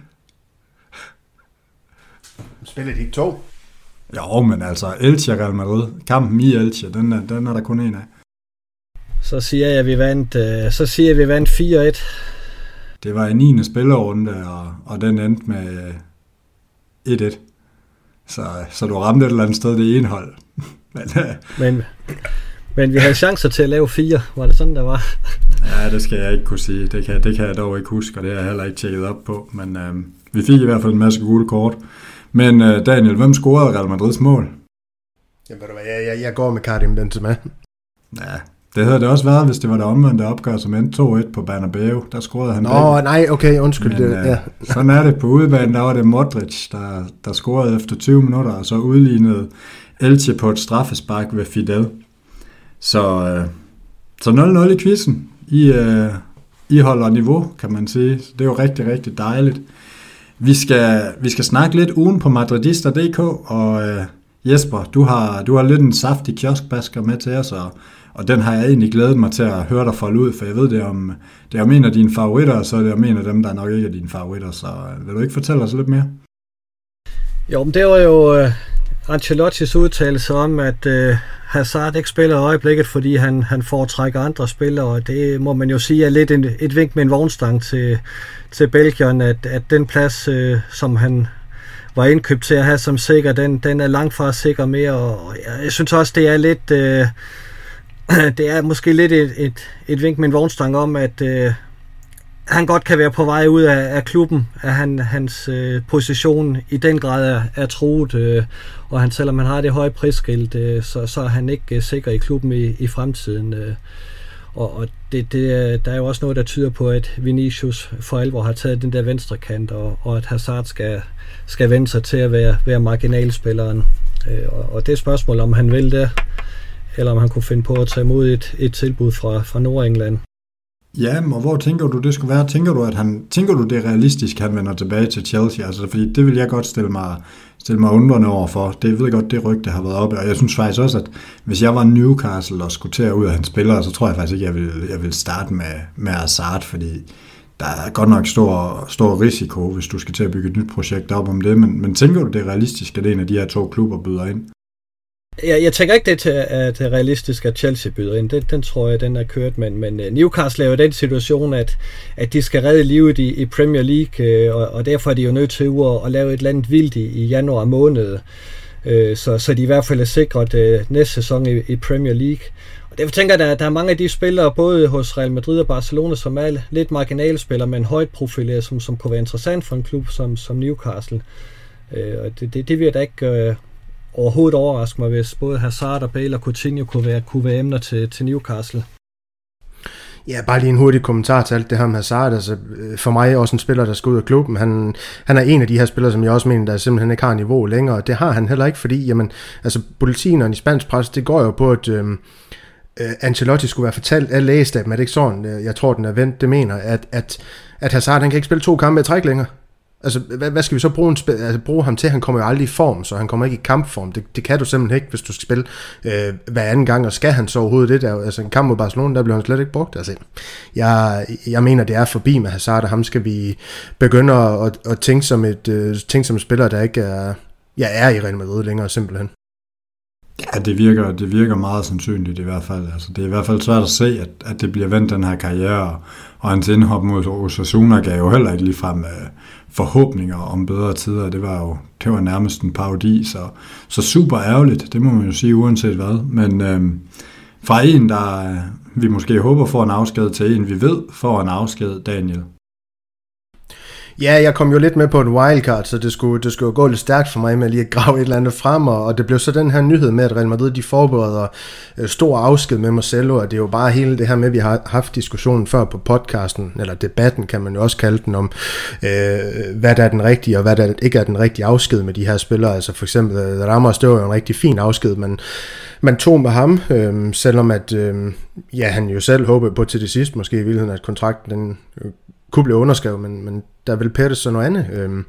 Spiller de ikke to? Jo, men altså, Elche Real Madrid, kampen i Elche, den er, den er der kun en af. Så siger jeg, at vi vandt, øh, så siger jeg, at vi vandt fire et. Det var en niende spillerunde, og, og den endte med et et. Så, så du ramte et eller andet sted det ene hold. men, men, men vi havde chancer til at lave fire, var det sådan, der var? Ja, det skal jeg ikke kunne sige. Det kan, det kan jeg dog ikke huske, og det har jeg heller ikke tjekket op på. Men øh, vi fik i hvert fald en masse gule kort. Men øh, Daniel, hvem scorede Real Madrids mål? Jamen, ved du hvad, jeg, jeg, jeg går med Karim Benzema. Ja, det havde det også været, hvis det var det omvendte opgør, som endte to et på Bernabeu. Der scorede han. Nå, begge. Nej, okay, undskyld. Men, det, ja. Sådan er det på udebane, der var det Modric, der, der scorede efter tyve minutter, og så udlignede Elche på et straffespark ved Fidel. Så, øh, så nul nul i quizzen. I, øh, I holder niveau, kan man sige. Så det er jo rigtig, rigtig dejligt. Vi skal, vi skal snakke lidt ugen på madridista punktum d k, og øh, Jesper, du har, du har lidt en saftig kioskbasker med til os, og, og den har jeg egentlig glædet mig til at høre dig folde ud, for jeg ved, det er om, det er om en af dine favoritter, og så er det om en af dem, der nok ikke er dine favoritter, så øh, vil du ikke fortælle os lidt mere? Jo, men det var jo øh, Ancelottis udtalelse om, at øh, Hazard ikke spiller i øjeblikket, fordi han, han foretrækker andre spillere, og det må man jo sige er lidt en, et vink med en vognstang til, til Belgien, at, at den plads, øh, som han var indkøbt til at have som sikker, den, den er langt fra sikker mere, og jeg, jeg synes også, det er lidt, øh, det er måske lidt et, et, et vink med en vognstang om, at øh, han godt kan være på vej ud af, af klubben, at han, hans øh, position i den grad er, er truet, øh, og han, selvom han har det høje prisskilt, øh, så, så er han ikke øh, sikker i klubben i, i fremtiden. Øh, og og det, det, der er jo også noget, der tyder på, at Vinicius for alvor har taget den der venstre kant, og, og at Hazard skal, skal vende sig til at være, være marginalspilleren. Øh, og, og det er spørgsmål, om han vil det, eller om han kunne finde på at tage imod et, et tilbud fra, fra Nordengland. Ja, og hvor tænker du, det skulle være? Tænker du, at han, tænker du, det er realistisk, at han vender tilbage til Chelsea? Altså, fordi det vil jeg godt stille mig, stille mig undrende overfor. Det ved jeg godt, det rygte har været oppe, og jeg synes faktisk også, at hvis jeg var Newcastle og skulle til at ud af hans spillere, så tror jeg faktisk ikke, jeg vil, jeg vil starte med, med Hazard, fordi der er godt nok stor, stor risiko, hvis du skal til at bygge et nyt projekt op om det, men, men tænker du, det er realistisk, at en af de her to klubber byder ind? Jeg, jeg tænker ikke, det er, at det er realistisk, at Chelsea byder ind. Den, den tror jeg, den er kørt, men, men Newcastle er jo den situation, at, at de skal redde livet i, i Premier League, og, og derfor er de jo nødt til at, at lave et eller andet vildt i, i januar måned, så, så de i hvert fald er sikret næste sæson i, i Premier League. Og derfor tænker jeg, at der, der er mange af de spillere, både hos Real Madrid og Barcelona, som er lidt marginalspillere, men højt profileret, som, som kunne være interessant for en klub som, som Newcastle. Og det, det, det vil jeg da ikke overhovedet overraske mig, hvis både Hazard og Bale og Coutinho kunne være, kunne være emner til, til Newcastle. Ja, bare lige en hurtig kommentar til alt det her med Hazard. Altså, for mig også en spiller, der skal ud af klubben. Han, han er en af de her spillere, som jeg også mener, der simpelthen ikke har niveau længere. Det har han heller ikke, fordi jamen, altså, politikken i spansk pres, det går jo på, at øhm, øh, Ancelotti skulle være fortalt af lægestaben, at det ikke sådan, jeg tror, den er vendt, det mener, at, at, at Hazard, han kan ikke spille to kampe i træk længere. Altså, hvad, hvad skal vi så bruge, en, altså, bruge ham til? Han kommer jo aldrig i form, så han kommer ikke i kampform. Det, det kan du simpelthen ikke, hvis du skal spille øh, hver anden gang, og skal han så overhovedet det der? Altså, en kamp mod Barcelona, der bliver han slet ikke brugt. Altså, jeg, jeg mener, det er forbi med Hazard, og ham skal vi begynde at, at, at tænke, som et, øh, tænke som en spiller, der ikke er, ja, er i Real Madrid længere, simpelthen. Ja, det virker, det virker meget sandsynligt i hvert fald. Altså, det er i hvert fald svært at se, at, at det bliver vendt den her karriere, og hans indhop mod Osasuna gav jo heller ikke ligefrem øh, forhåbninger om bedre tider. Det var jo det var nærmest en parodi, så, så super ærgerligt, det må man jo sige uanset hvad. Men øh, fra en, der øh, vi måske håber får en afsked, til en, vi ved får en afsked, Daniel. Ja, jeg kom jo lidt med på et wildcard, så det skulle, det skulle gå lidt stærkt for mig med lige at grave et eller andet frem, og, og det blev så den her nyhed med, at Real Madrid de forbereder øh, stor afsked med Marcelo, og det er jo bare hele det her med, at vi har haft diskussionen før på podcasten, eller debatten kan man jo også kalde den om, øh, hvad der er den rigtige, og hvad der ikke er den rigtige afsked med de her spillere. Altså for eksempel Ramos, det var jo en rigtig fin afsked, men man tog med ham, øh, selvom at øh, ja, han jo selv håbede på til det sidste, måske i virkeligheden, at kontrakten den øh, kunne blive underskrevet, men, men der vil Pérez så noget andet. Øhm,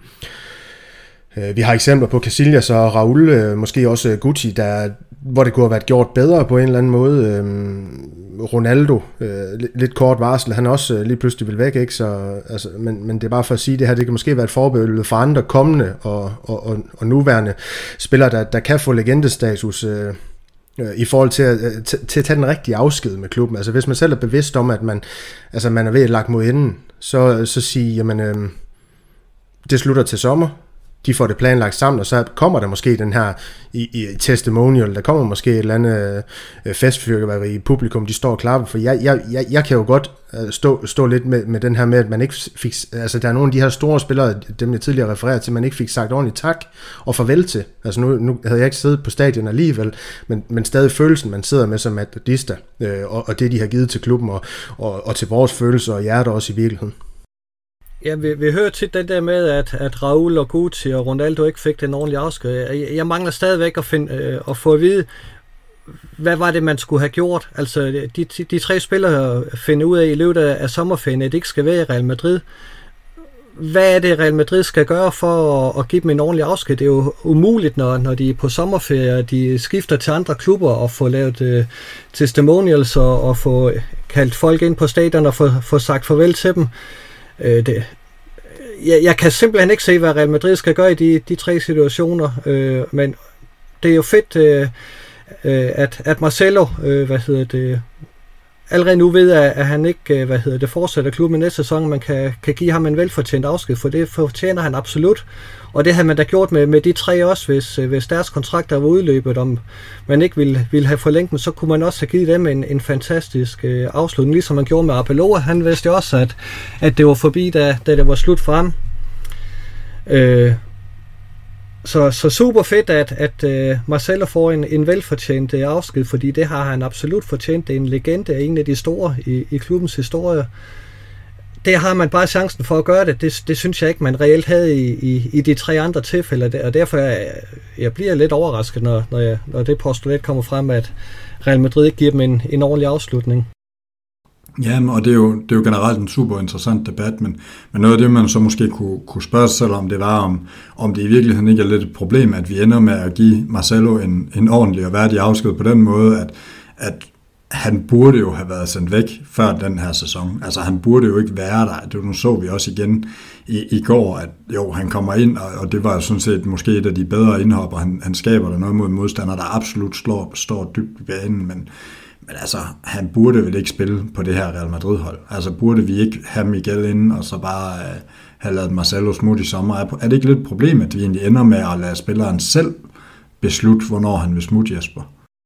øh, vi har eksempler på Casillas og Raul, øh, måske også Guti, der, hvor det kunne have været gjort bedre på en eller anden måde. Øhm, Ronaldo, øh, lidt kort varsel, han også øh, lige pludselig vil væk, ikke? Så, altså, men, men det er bare for at sige, at det her det kan måske være et forbillede for andre kommende og, og, og, og nuværende spillere, der, der kan få legendestatus, øh, i forhold til at, til, til at tage den rigtige afsked med klubben. Altså hvis man selv er bevidst om, at man, altså, man er ved at lagt mod enden, så, så sige, jamen, øh, det slutter til sommer, de får det planlagt sammen, og så kommer der måske den her i, i testimonial, der kommer måske et eller andet øh, festfyrkeværeri i publikum, de står og klapper, for jeg, jeg, jeg, jeg kan jo godt øh, stå, stå lidt med, med den her med, at man ikke fik, altså der er nogle af de her store spillere, dem jeg tidligere refererede til, man ikke fik sagt ordentligt tak og farvel til. Altså nu, nu havde jeg ikke siddet på stadion alligevel, men, men stadig følelsen, man sidder med som madridista, øh, og, og det de har givet til klubben, og, og, og til vores følelser og hjerter også i virkeligheden. Ja, vi, vi hører tit den der med, at, at Raul og Guti og Ronaldo ikke fik den ordentlige afsked. Jeg, jeg mangler stadigvæk at, finde, øh, at få at vide, hvad var det, man skulle have gjort. Altså, de, de, de tre spillere finder ud af i løbet af sommerferien, at det ikke skal være i Real Madrid. Hvad er det, Real Madrid skal gøre for at, at give dem en ordentlig afsked? Det er jo umuligt, når, når de er på sommerferie, de skifter til andre klubber og får lavet øh, testimonials og, og få kaldt folk ind på stadion og få, få sagt farvel til dem. Øh, det, jeg, jeg kan simpelthen ikke se, hvad Real Madrid skal gøre i de, de tre situationer, øh, men det er jo fedt, øh, øh, at, at Marcelo, øh, hvad hedder det, allerede nu ved, at, at han ikke, hvad hedder det, fortsætter klubben næste sæson, man kan, kan give ham en velfortjent afsked, for det fortjener han absolut. Og det har man da gjort med, med de tre også, hvis, hvis deres kontrakter var udløbet, om man ikke ville, ville have forlængt dem, så kunne man også have givet dem en, en fantastisk øh, afslutning, ligesom man gjorde med Arbeloa. Han vidste også, at, at det var forbi, da, da det var slut for ham. Øh, så, så super fedt, at, at øh, Marcelo får en, en velfortjent øh, afsked, fordi det har han absolut fortjent. Det er en legende, en af de store i, i klubbens historie. Det har man bare chancen for at gøre det. Det, det synes jeg ikke, man reelt havde i, i, i de tre andre tilfælde, og derfor jeg, jeg bliver lidt overrasket, når, når, jeg, når det postulat kommer frem, at Real Madrid ikke giver dem en, en ordentlig afslutning. Ja, og det er, jo, det er jo generelt en super interessant debat, men, men noget af det, man så måske kunne, kunne spørge sig selv om, det var, om, om det i virkeligheden ikke er lidt et problem, at vi ender med at give Marcelo en, en ordentlig og værdig afsked på den måde, at, at han burde jo have været sendt væk før den her sæson. Altså han burde jo ikke være der. Det nu så vi også igen i, i går, at jo, han kommer ind, og, og det var jo sådan set måske et af de bedre indhop, og han, han skaber der noget mod modstander, der absolut slår, står dybt i banen, men Men altså, han burde vel ikke spille på det her Real Madrid-hold. Altså, burde vi ikke have Miguel inde, og så bare uh, have lavet Marcelo smutte i sommer? Er det ikke lidt et problem, at vi egentlig ender med at lade spilleren selv beslutte, hvornår han vil smutte, Jesper?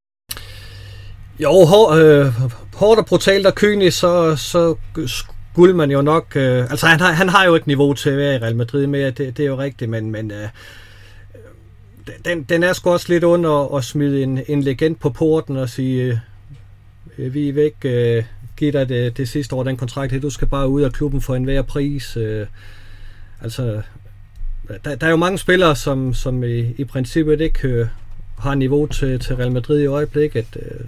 Jo, hår, øh, hårdt og brutalt og kynisk, så, så skulle man jo nok... Øh, altså, han har, han har jo ikke niveau til at være i Real Madrid mere, det, det er jo rigtigt, men... men øh, den, den er sgu også lidt under at smide en, en legend på porten og sige... Øh, Vi vil ikke øh, give dig det, det sidste år, den kontrakt. Du skal bare ud af klubben for enhver pris. Øh, altså, der, der er jo mange spillere, som, som i, i princippet ikke øh, har niveau til, til Real Madrid i øjeblikket. Øh,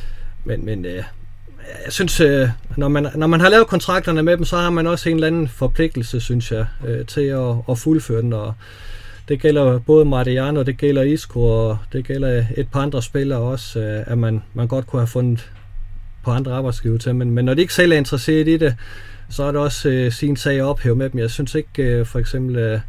men men øh, jeg synes, øh, når, man, når man har lavet kontrakterne med dem, så har man også en eller anden forpligtelse, synes jeg, øh, til at, at fuldføre den. Og det gælder både Mariano, det gælder Isco, og det gælder et par andre spillere også, øh, at man, man godt kunne have fundet på andre arbejdsgiver til, men, men når de ikke selv er interesseret i det, så er det også øh, sin sag at ophæve med dem. Jeg synes ikke øh, for eksempel, øh,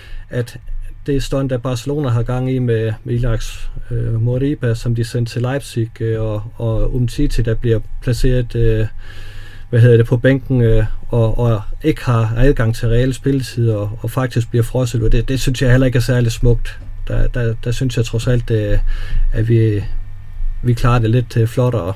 at det stunt, at Barcelona har gang i med, med Ilax øh, Moriba, som de sendte til Leipzig, øh, og, og Umtiti, der bliver placeret øh, hvad hedder det, på bænken, øh, og, og ikke har adgang til reelle spilletid, og, og faktisk bliver frosset. Det, det synes jeg heller ikke er særlig smukt. Der, der, der synes jeg trods alt, øh, at vi, vi klarer det lidt øh, flottere.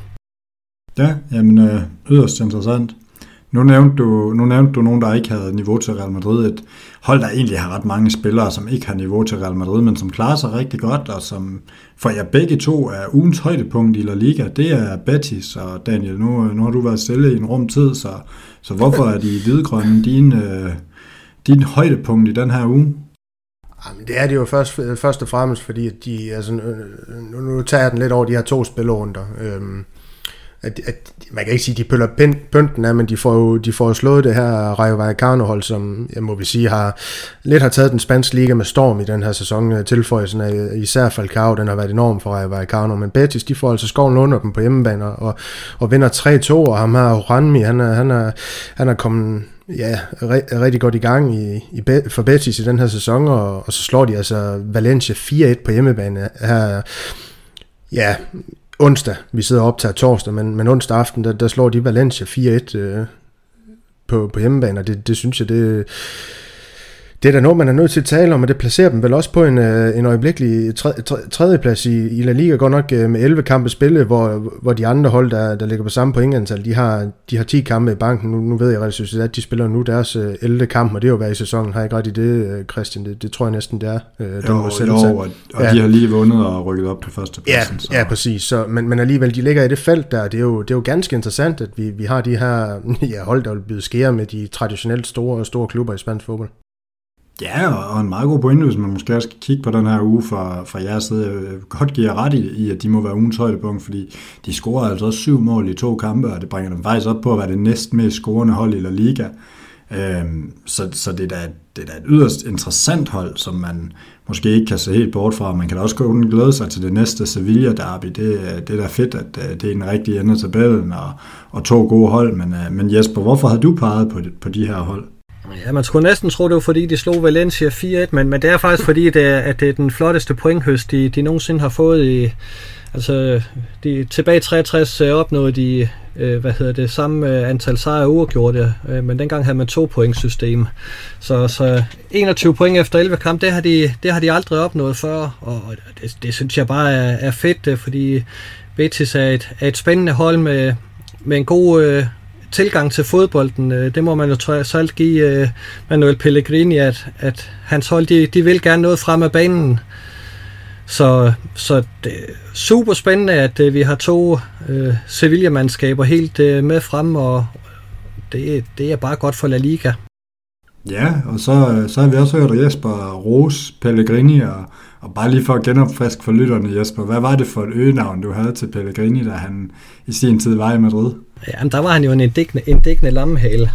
Ja, jamen øh, yderst interessant. Nu nævnte, du, nu nævnte du nogen, der ikke havde niveau til Real Madrid. Et hold, der egentlig har ret mange spillere, som ikke har niveau til Real Madrid, men som klarer sig rigtig godt, og som for jer begge to er ugens højdepunkt i La Liga. Det er Betis, og Daniel, nu, nu har du været stille i en rum tid, så, så hvorfor er de hvidgrønne din, øh, din højdepunkt i den her uge? Jamen, det er det jo først, først og fremmest, fordi at de, altså, nu, nu tager jeg den lidt over de her to spillerunder. Øhm, At, at, man kan ikke sige, at de pøller pynten af, men de får jo de får slået det her Rayo Vallecano-hold, som jeg må vi sige, har lidt har taget den spanske liga med storm i den her sæson. Tilføjelsen af især Falcao, den har været enorm for Rayo Vallecano, men Betis, de får altså skoven under dem på hjemmebane og, og vinder tre to, og ham her Juanmi, han er, han er, han er kommet ja, rigtig godt i gang i, i, for Betis i den her sæson, og, og så slår de altså Valencia fire et på hjemmebane her, ja, onsdag. Vi sidder op til torsdag, men, men onsdag aften, der, der slår de Valencia fire et øh, på, på hjemmebane, og det, det synes jeg, det, det er da noget, man er nødt til at tale om, og det placerer dem vel også på en, en øjeblikkelig tredje, tredjeplads i, i La Liga, godt nok med elleve kampe spillet, hvor, hvor de andre hold, der, der ligger på samme pointantal, de har, de har ti kampe i banken. Nu, nu ved jeg ret, at de spiller nu deres ellevte kamp, og det er jo været i sæsonen. Har jeg ikke ret i det, Christian? Det, det tror jeg næsten, det er. Jo, jo, selv og, og ja. De har lige vundet og rykket op på førstepladsen. Ja, ja, præcis. Så, men, men alligevel, de ligger i det felt der. Det er jo, det er jo ganske interessant, at vi, vi har de her ja, hold, der vil blive skære med de traditionelt store, store klubber i spansk fodbold. Ja, og en meget god pointe, hvis man måske også skal kigge på den her uge fra, fra jeres side. Jeg vil godt give jer ret i, i, at de må være ugens højdepunkt, fordi de scorer altså også syv mål i to kampe, og det bringer dem faktisk op på at være det næst mest scorende hold i La Liga. Øhm, så så det, er da, det er da et yderst interessant hold, som man måske ikke kan se helt bort fra. Man kan da også kun glæde sig til det næste Sevilla derby. Det, det er da fedt, at det er en rigtig ende af tabellen, og, og to gode hold. Men, men Jesper, hvorfor har du peget på, på de her hold? Ja, man skulle næsten tro, det var fordi, de slog Valencia fire et, men, men det er faktisk fordi, det er, at det er den flotteste pointhøst, de, de nogensinde har fået i, altså, de, tilbage i treogtres opnåede de, øh, hvad hedder det, samme antal sejre og uafgjorte, øh, men dengang havde man to pointsystem, så, så enogtyve point efter elleve kamp, det har de, det har de aldrig opnået før, og det, det synes jeg bare er, er fedt, fordi Betis er et, er et spændende hold med, med en god øh, tilgang til fodbolden. Det må man jo trods alt give uh, Manuel Pellegrini, at, at hans hold, de, de vil gerne noget frem af banen. Så, så det er super spændende, at uh, vi har to uh, Sevilla-mandskaber helt uh, med frem, og det, det er bare godt for La Liga. Ja, og så, så har vi også hørt Jesper rose Pellegrini, og, og bare lige for at genopfriske for lytterne, Jesper, hvad var det for et øgenavn, du havde til Pellegrini, da han i sin tid var i Madrid? Ja, men der var han jo en indigne, indigne lammehale.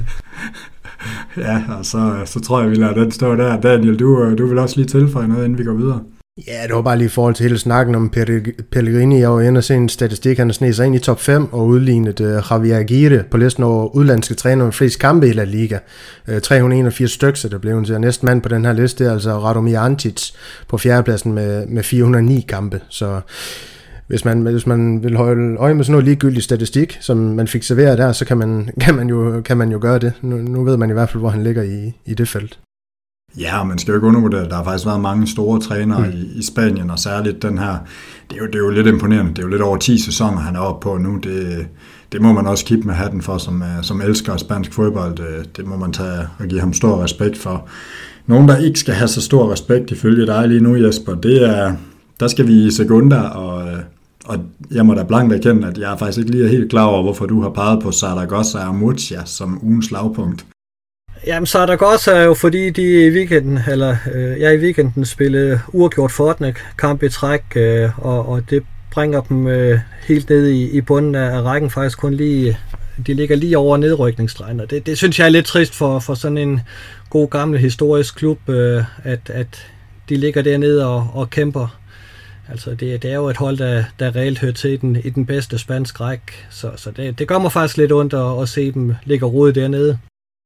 Ja, og så, så tror jeg, vi lader den stå der. Daniel, du, du vil også lige tilføje noget, inden vi går videre. Ja, det var bare lige i forhold til hele snakken om Pellegrini. Jeg var inde og se en statistik, han har snedet sig ind i top fem og udlignet uh, Javier Aguirre på listen over udlandske trænere med flest kampe i La Liga. Uh, tre hundrede og enogfirs stykker, så det blev en næste mand på den her liste, altså Radomir Antic på fjerdepladsen med, med fire hundrede og ni kampe. Så hvis man, hvis man vil holde øje med sådan noget ligegyldig statistik, som man fik serveret der, så kan man, kan man, jo, kan man jo gøre det. Nu, nu ved man i hvert fald, hvor han ligger i, i det felt. Ja, man skal jo ikke undervurdere, der har faktisk været mange store trænere mm. i, i Spanien, og særligt den her, det er, jo, det er jo lidt imponerende, det er jo lidt over ti sæsoner, han er oppe på nu, det, det må man også kippe med hatten for, som, som elsker spansk fodbold, det, det må man tage og give ham stor respekt for. Nogen, der ikke skal have så stor respekt ifølge dig lige nu, Jesper, det er, der skal vi i sekunder, og, og jeg må da blankt erkende, at jeg er faktisk ikke lige helt klar over, hvorfor du har peget på Zaragoza og Murcia som ugens lavpunkt. Jamen, Zaragoza er jo fordi, de i weekenden, eller øh, jeg i weekenden spillede uafgjort Fortnite kamp i træk, øh, og, og det bringer dem øh, helt ned i, i bunden af rækken, faktisk kun lige, de ligger lige over nedrykningsstregen, og det, det synes jeg er lidt trist for, for sådan en god gammel historisk klub, øh, at, at de ligger dernede og, og kæmper. Altså, det, det er jo et hold, der, der reelt hører til i den, i den bedste spansk række, så, så det, det gør mig faktisk lidt ondt at, at se dem ligge rodet dernede.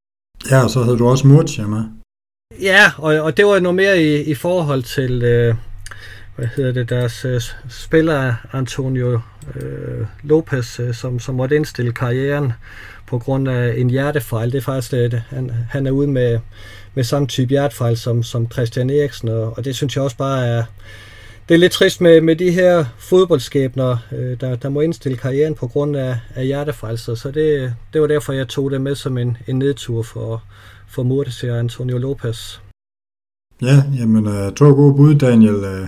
Ja, og så havde du også Murcia med. Ja, og, og det var noget mere i, i forhold til, øh, hvad hedder det, deres øh, spiller Antonio øh, Lopez, øh, som, som måtte indstille karrieren på grund af en hjertefejl. Det er faktisk, det, han, han er ude med, med samme type hjertefejl som, som Christian Eriksen, og, og det synes jeg også bare er, det er lidt trist med, med de her fodboldskæbner, øh, der, der må indstille karrieren på grund af, af hjertefejl. Så det, det var derfor, jeg tog det med som en, en nedtur for, for Murcia og Antonio Lopez. Ja, jamen, uh, to gode bud, Daniel. Uh,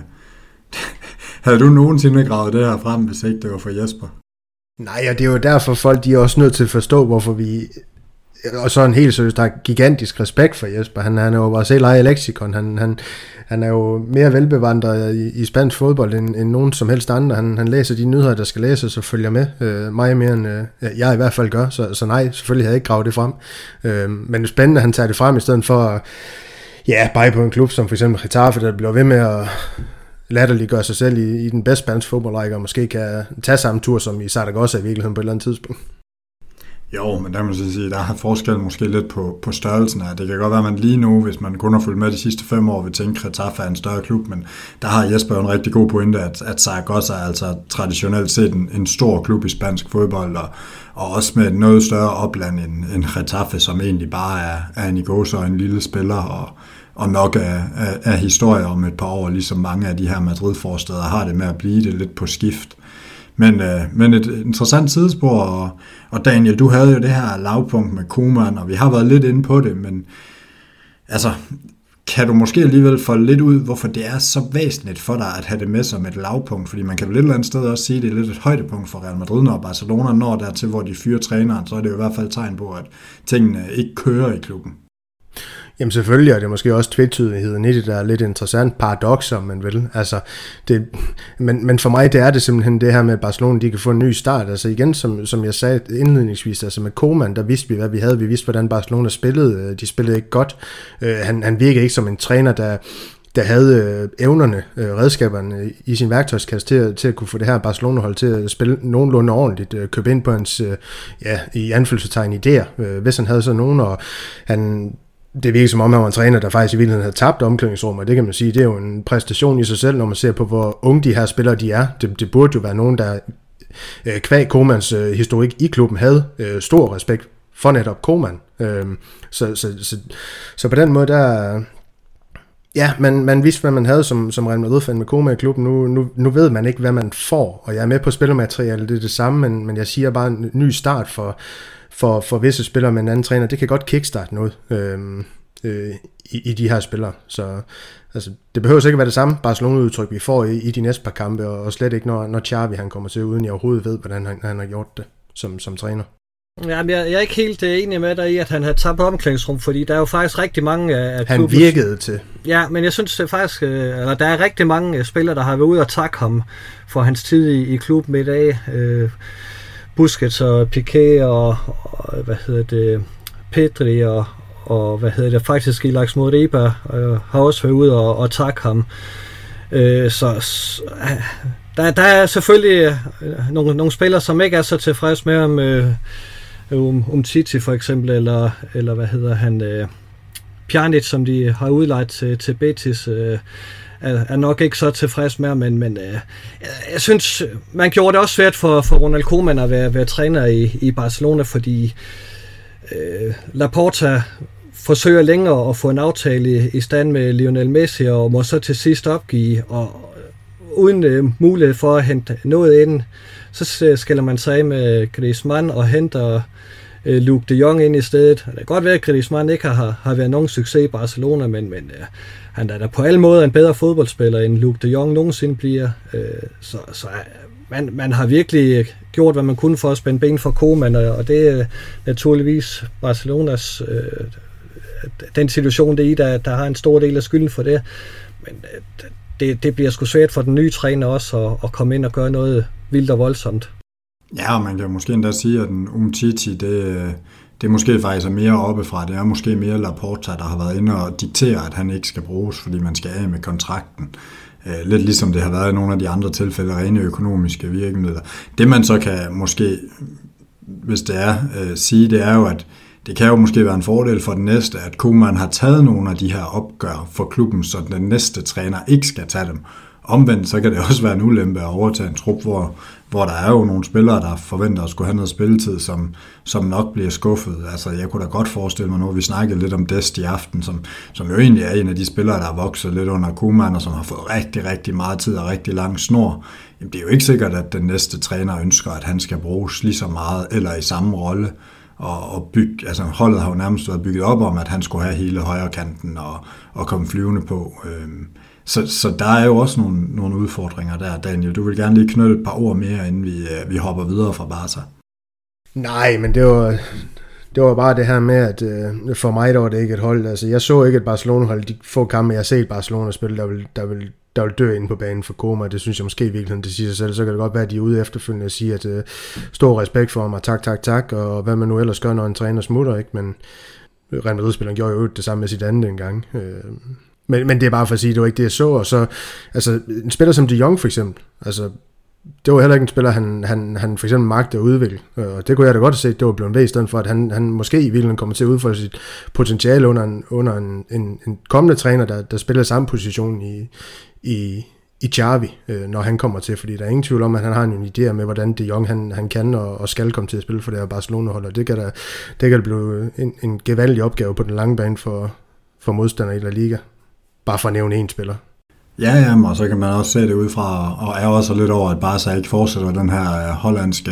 havde du nogensinde gravet det her frem, hvis ikke det var for Jesper? Nej, og det er jo derfor, folk de er også nødt til at forstå, hvorfor vi... Og så en helt seriøst, der er gigantisk respekt for Jesper. Han, han er jo bare selv eget leksikon. Han, han, han er jo mere velbevandret i, i spansk fodbold end, end nogen som helst andre. Han, han læser de nyheder, der skal læses og følger med. Øh, meget mere end øh, jeg i hvert fald gør. Så, så nej, selvfølgelig havde jeg ikke gravet det frem. Øh, men det er spændende, at han tager det frem i stedet for at ja, bare på en klub som for eksempel Getafe, der bliver ved med at latterliggøre sig selv i, i den bedste spansk fodboldrække, og måske kan tage samme tur som i Zaragoza i virkeligheden på et eller andet tidspunkt. Jo, men der må jeg sige, der har forskel måske lidt på, på størrelsen af. Det kan godt være, at man lige nu, hvis man kun har fulgt med de sidste fem år, vil tænke, at Getafe er en større klub, men der har Jesper en rigtig god pointe, at, at Zaragoza er altså traditionelt set en, en stor klub i spansk fodbold, og, og også med et noget større opland end, end Getafe, som egentlig bare er, er en igosa og en lille spiller, og, og nok af, af, af historier om et par år, ligesom mange af de her Madrid-forsteder har det med at blive det lidt på skift. Men, øh, men et interessant sidespor, og, og Daniel, du havde jo det her lavpunkt med Koeman, og vi har været lidt inde på det, men altså, kan du måske alligevel få lidt ud, hvorfor det er så væsentligt for dig at have det med som et lavpunkt, fordi man kan vel et eller andet sted også sige, at det er lidt et højdepunkt for Real Madrid, når Barcelona når dertil, hvor de fyrer træneren, så er det jo i hvert fald et tegn på, at tingene ikke kører i klubben. Jamen selvfølgelig, og det er måske også tvetydigheden i det, der er lidt interessant paradoks, om man vil. Altså, det, men, men for mig, det er det simpelthen det her med, at Barcelona, de kan få en ny start. Altså igen, som, som jeg sagde indledningsvis, altså med Koeman, der vidste vi, hvad vi havde. Vi vidste, hvordan Barcelona spillede. De spillede ikke godt. Uh, han, han virkede ikke som en træner, der der havde øh, evnerne, øh, redskaberne i sin værktøjskasse til, til at kunne få det her Barcelona-hold til at spille nogenlunde ordentligt, øh, købe ind på hans, øh, ja, i anfølgelsestegn idéer, øh, hvis han havde sådan nogen, og han... Det virker som om, han var en træner, der faktisk i virkeligheden havde tabt omklædningsrummet, og det kan man sige, det er jo en præstation i sig selv, når man ser på, hvor unge de her spillere de er. Det, det burde jo være nogen, der øh, kvæg Koemans øh, historik i klubben havde øh, stor respekt for netop Koeman. Øh, så, så, så, så på den måde, der... Ja, man, man vidste, hvad man havde som, som Real Madrid-fan med Koeman i klubben. Nu, nu, nu ved man ikke, hvad man får, og jeg er med på spillermaterialet, det er det samme, men, men jeg siger bare en ny start for... For, for visse spillere med en anden træner, det kan godt kickstarte noget øh, øh, i, i de her spillere. Så altså, det behøver ikke være det samme Barcelona-udtryk, vi får i, i de næste par kampe, og, og slet ikke, når, når Xavi han kommer til, uden jeg overhovedet ved, hvordan han, han har gjort det som, som træner. Jamen, jeg, jeg er ikke helt enig med dig i, at han har tabt omklædningsrum, fordi der er jo faktisk rigtig mange af han klubbens... virkede til. Ja, men jeg synes det faktisk, eller der er rigtig mange spillere, der har været ude og takke ham for hans tid i, i klubben i dag. Øh, Busquets og Piqué og, og hvad hedder det, Pedri og, og hvad hedder det, faktisk Ilaix Moriba øh, har også været ude og, og takke ham. Øh, så så der, der er selvfølgelig nogle, nogle spillere, som ikke er så tilfredse med ham, øh, um, um Titi for eksempel, eller, eller hvad hedder han, øh, Pjanic, som de har udlejet til, til Betis, øh, er, er nok ikke så tilfreds med, men, men øh, jeg synes, man gjorde det også svært for, for Ronald Koeman at være, være træner i, i Barcelona, fordi øh, Laporta forsøger længere at få en aftale i, i stand med Lionel Messi, og må så til sidst opgive, og uden øh, mulighed for at hente noget ind, så skiller man sig af med Griezmann og henter øh, Luke de Jong ind i stedet. Det kan godt være, at Griezmann ikke har, har været nogen succes i Barcelona, men, men øh, han er da på alle måder en bedre fodboldspiller, end Luke de Jong nogensinde bliver. Øh, så så øh, man, man har virkelig gjort, hvad man kunne for at spænde ben for Koeman, og, og det er naturligvis Barcelonas øh, den situation, det er i, der, der har en stor del af skylden for det. Men øh, det, det bliver sgu svært for den nye træner også at, at komme ind og gøre noget vildt og voldsomt. Ja, og man kan måske endda sige, at den Umtiti, det, det måske faktisk er mere oppefra. Det er måske mere Laporta, der har været inde og diktere, at han ikke skal bruges, fordi man skal af med kontrakten. Lidt ligesom det har været i nogle af de andre tilfælde, rene økonomiske virkemidler. Det man så kan måske, hvis det er, sige, det er jo, at det kan jo måske være en fordel for den næste, at Koeman har taget nogle af de her opgør for klubben, så den næste træner ikke skal tage dem. Omvendt, så kan det også være en ulempe at overtage en trup, hvor, hvor der er jo nogle spillere, der forventer at skulle have noget spilletid, som, som nok bliver skuffet. Altså, jeg kunne da godt forestille mig nu, vi snakkede lidt om Dest i aften, som, som jo egentlig er en af de spillere, der har vokset lidt under Koeman, og som har fået rigtig, rigtig meget tid og rigtig lang snor. Jamen, det er jo ikke sikkert, at den næste træner ønsker, at han skal bruges lige så meget, eller i samme rolle. Og, og bygge, altså holdet har jo nærmest været bygget op om, at han skulle have hele højre kanten og, og komme flyvende på. Øhm, så, så der er jo også nogle, nogle udfordringer der, Daniel. Du vil gerne lige knytte et par ord mere, inden vi, vi hopper videre fra Barca. Nej, men det var, det var bare det her med, at øh, for mig der var det ikke et hold. Altså, jeg så ikke et Barcelona-hold, de få kampe, jeg har set Barcelona spille, der vil, der vil der vil dø inde på banen for Koeman. Det synes jeg måske i virkeligheden, det siger sig selv. Så kan det godt være, at de er ude efterfølgende og siger, at uh, stor respekt for ham, og tak, tak, tak, og hvad man nu ellers gør, når en træner smutter, ikke? Men Real Madrid-spilleren gjorde jo det samme med sit andet engang. Uh, men, men det er bare for at sige, at det var ikke det, jeg så. Og så, altså, en spiller som De Jong for eksempel, altså, det var heller ikke en spiller, han, han, han for eksempel magte at udvikle. Og det kunne jeg da godt have set, det var blevet væk, i stedet for, at han, han måske i virkeligheden kommer til at udføre sit potentiale under en, under en, en, en kommende træner, der, der spiller samme position i i, i Xavi, øh, når han kommer til, fordi der er ingen tvivl om, at han har en idé med, hvordan De Jong han, han kan og, og skal komme til at spille for det her Barcelona-hold, og det kan da det kan blive en, en gevaldig opgave på den lange bane for, for modstandere i La Liga. Bare for at nævne en spiller. Ja, ja, og så kan man også se det ud fra, og er også lidt over, at Barca ikke fortsætter den her hollandske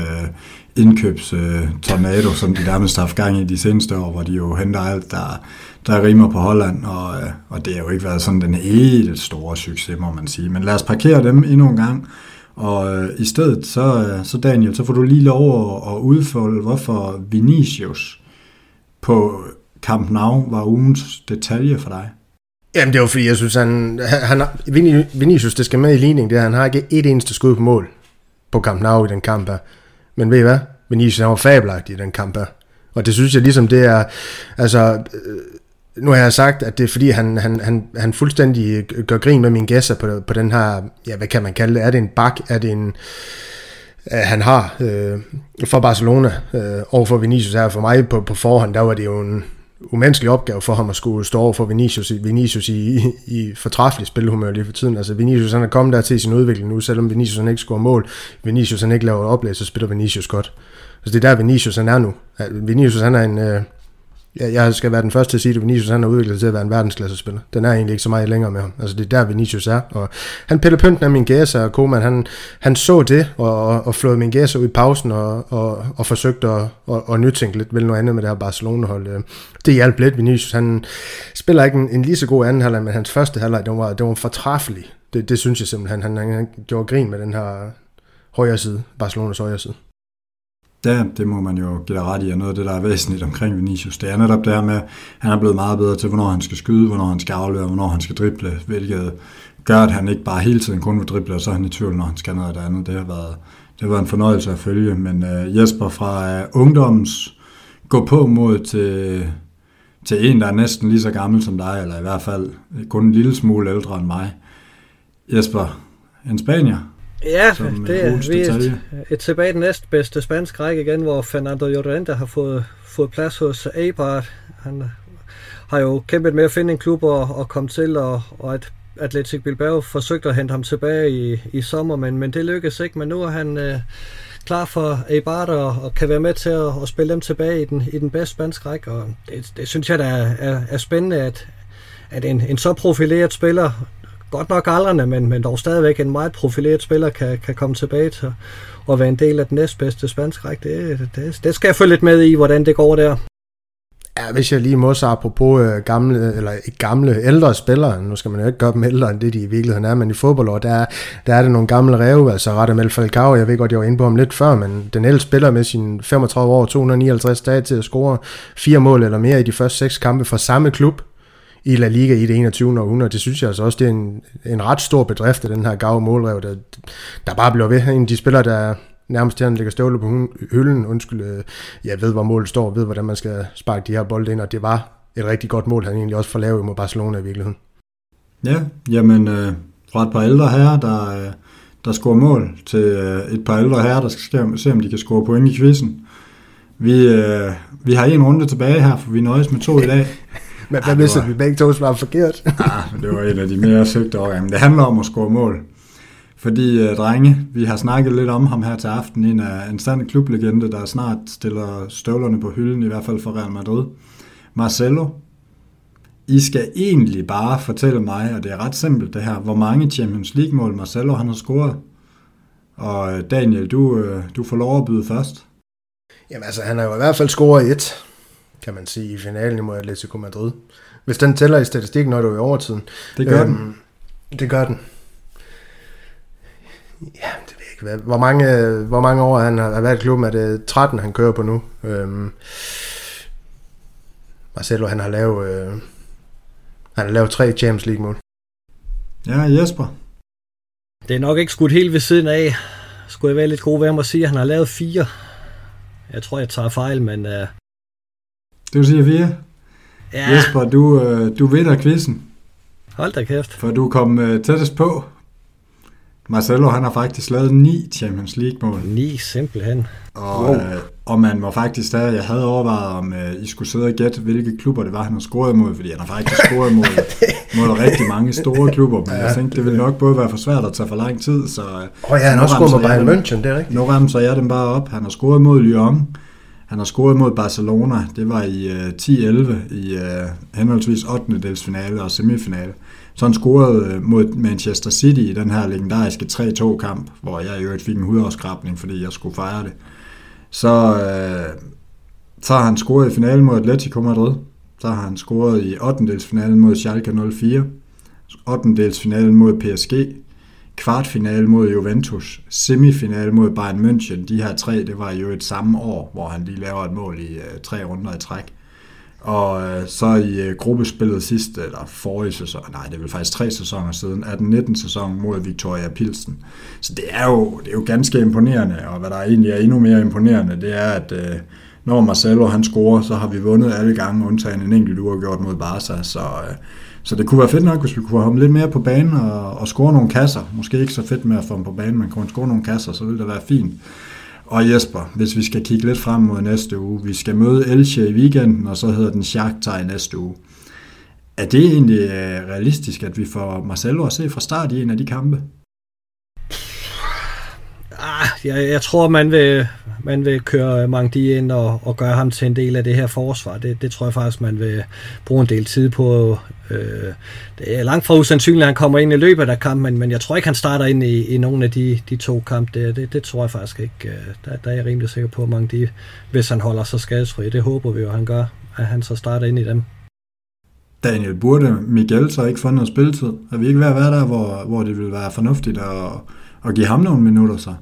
indkøbstornado, som de nærmest har haft gang i de seneste år, hvor de jo henter alt, der, der rimer på Holland, og, og det har jo ikke været sådan den helt store succes, må man sige. Men lad os parkere dem endnu en gang, og i stedet, så, så Daniel, så får du lige lov at udfolde, hvorfor Vinicius på Camp Nou var ugens detalje for dig. Jamen det var fordi, jeg synes, han, han Vinicius, det skal med i ligning, det er, han har ikke et eneste skud på mål på Camp Nou i den kamp her. Men ved I hvad? Vinicius, han var fabelagtig i den kamp her. Og det synes jeg ligesom, det er, altså, nu har jeg sagt, at det er fordi, han, han, han, han fuldstændig gør grin med mine gæsser på, på den her, ja, hvad kan man kalde det? Er det en bak? Er det en, han har øh, for Barcelona øh, overfor Vinicius her? For mig på, på forhånd, der var det jo en umenneskelig opgave for ham at skulle stå over for Vinicius, Vinicius i, i, i fortræffeligt spillehumør lige for tiden. Altså Vinicius, han er kommet der til sin udvikling nu, selvom Vinicius han ikke scorer mål. Vinicius han ikke laver oplæg, så spiller Vinicius godt. Altså det er der Vinicius han er nu. Vinicius han er en, øh, jeg skal være den første til at sige, at Vinicius han har udviklet sig til at være en verdensklassespiller. Den er egentlig ikke så meget længere med ham. Altså det er der Vinicius er. Og han piller pynten af Mingueza, og Koeman, han, han så det, og, og, og flåede Mingueza ud i pausen, og, og, og forsøgte at og, og nytænke lidt vel noget andet med det her Barcelona-hold. Det hjalp lidt. Vinicius, han spiller ikke en, en lige så god anden halvleg, men hans første halvleg, det var, det var fortræffelig. Det, det synes jeg simpelthen. Han, han, han gjorde grin med den her højre side, Barcelonas højre side. Ja, det må man jo give dig ret i, og noget af det, der er væsentligt omkring Vinicius. Det er netop det her med, at han er blevet meget bedre til, hvornår han skal skyde, hvornår han skal aflevere, hvornår han skal drible, hvilket, gør, at han ikke bare hele tiden kun vil drible, og så er han i tvivl, når han skal noget af det andet. Det har været, det har været en fornøjelse at følge, men uh, Jesper fra uh, ungdoms gå på mod til, til en, der er næsten lige så gammel som dig, eller i hvert fald kun en lille smule ældre end mig. Jesper, en spanier? Ja, det er vi et, et tilbage den næstbedste spansk række igen, hvor Fernando Llorente har fået, fået plads hos Eibar. Han har jo kæmpet med at finde en klub og, og komme til, og, og at Athletic Bilbao forsøgte at hente ham tilbage i, i sommer, men, men det lykkedes ikke. Men nu er han øh, klar for Eibar og, og kan være med til at, at spille dem tilbage i den, i den bedste spanske række. Og det, det synes jeg, der er, er, er spændende, at, at en, en så profileret spiller, godt nok aldrende, men, men dog stadigvæk en meget profileret spiller, kan, kan komme tilbage til at være en del af den næstbedste spanske række. Det, det, det skal jeg følge lidt med i, hvordan det går der. Ja, hvis jeg lige må så apropos øh, gamle, eller ikke gamle, ældre spillere, nu skal man jo ikke gøre dem ældre, end det de i virkeligheden er, men i fodbold, der, der er det nogle gamle ræve, altså Radamel Falcao, jeg ved godt, jeg var inde på ham lidt før, men den ældste spiller med sine femogtredive år, to hundrede og nioghalvtreds dage til at score fire mål eller mere i de første seks kampe for samme klub i La Liga i det enogtyvende århundrede. Det synes jeg altså også, det er en, en ret stor bedrift af den her gave målrev, der, der bare bliver ved. En af de spillere, der nærmest til, han lægger støvle på hylden, undskyld, jeg ved, hvor målet står, ved, hvordan man skal sparke de her bolde ind, og det var et rigtig godt mål, han egentlig også får lavet mod Barcelona i virkeligheden. Ja, jamen, øh, fra et par ældre herrer, der, øh, der scorer mål, til øh, et par ældre herrer, der skal se, om de kan score point i quizzen. Vi, øh, vi har en runde tilbage her, for vi nøjes med to i dag. Men hvad hvis vi begge to svarer forkert? ah, det var en af de mere søgte overgange. Det handler om at score mål. Fordi, uh, drenge, vi har snakket lidt om ham her til aften, en af en sand klublegende, der snart stiller støvlerne på hylden, i hvert fald for Real Madrid. Marcelo, I skal egentlig bare fortælle mig, og det er ret simpelt det her, hvor mange Champions League-mål Marcelo han har scoret. Og Daniel, du, du får lov at byde først. Jamen altså, han har jo i hvert fald scoret et, kan man sige, i finalen imod Atletico Madrid. Hvis den tæller i statistikken, når du er i overtiden. Det gør øhm, den. Det gør den. Ja, det ved jeg ikke. Hvor mange, hvor mange år han har været i klubben? Er det tretten, han kører på nu? Øhm, Marcelo, han har lavet, øh, han har lavet tre Champions League-mål. Ja, Jesper. Det er nok ikke skudt helt ved siden af. Skulle jeg være lidt god ved ham at sige, at han har lavet fire. Jeg tror, jeg tager fejl, men... Uh... Du siger fire? Ja. Jesper, du, øh, du vinder quizzen. Hold da kæft. For du kom øh, tættest på. Marcelo, han har faktisk lavet ni Champions League-mål. Ni, simpelthen. Og, wow. øh, og man må faktisk stadig, jeg havde overvejet, om øh, I skulle sidde og gætte, hvilke klubber det var, han har scoret mod, fordi han har faktisk scoret mod, mod rigtig mange store klubber, men ja, jeg tænkte, det ville nok både være for svært at tage for lang tid, så... Åh oh ja, han har også scoret mod Bayern München, det er rigtigt. Nu rammer jeg dem bare op. Han har scoret mod Lyon, han har scoret mod Barcelona, det var i øh, ti elleve i øh, henholdsvis ottendedelsfinale og semifinale. Så han scorede mod Manchester City i den her legendariske tre to kamp, hvor jeg i øvrigt fik en hudafskrabning, fordi jeg skulle fejre det. Så, øh, så har han scoret i finalen mod Atletico Madrid. Så har han scoret i ottendedelsfinalen mod Schalke nul fire. ottendedelsfinalen mod P S G. Kvartfinale mod Juventus. Semifinale mod Bayern München. De her tre, det var jo et samme år, hvor han lige laver et mål i øh, tre runder i træk. Og øh, så i øh, gruppespillet sidste, eller forrige sæson, nej, det er vel faktisk tre sæsoner siden, atten nitten sæson mod Victoria Pilsen. Så det er, jo, det er jo ganske imponerende, og hvad der egentlig er endnu mere imponerende, det er, at øh, når Marcelo han scorer, så har vi vundet alle gange, undtagen en enkelt uafgjort mod Barca, så, øh, så det kunne være fedt nok, hvis vi kunne have ham lidt mere på banen og, og score nogle kasser. Måske ikke så fedt med at få ham på banen, men kunne score nogle kasser, så ville det være fint. Og Jesper, hvis vi skal kigge lidt frem mod næste uge, vi skal møde Elche i weekenden, og så hedder den Shakhtar i næste uge. Er det egentlig realistisk, at vi får Marcelo at se fra start i en af de kampe? Ah, jeg, jeg tror, man vil, man vil køre Mangdi ind og, og gøre ham til en del af det her forsvar. Det, det tror jeg faktisk, man vil bruge en del tid på. Øh, det er langt fra usandsynligt, at han kommer ind i løbet af kampen, men, men jeg tror ikke, han starter ind i, i nogle af de, de to kampe. Det, det, det tror jeg faktisk ikke. Der, der er jeg rimelig sikker på, at Mangdi, hvis han holder sig skadesfri, det håber vi jo, han gør, at han så starter ind i dem. Daniel, burde Miguel så ikke få noget spilletid? Er vi ikke ved at være der, hvor, hvor det vil være fornuftigt at, at give ham nogle minutter så?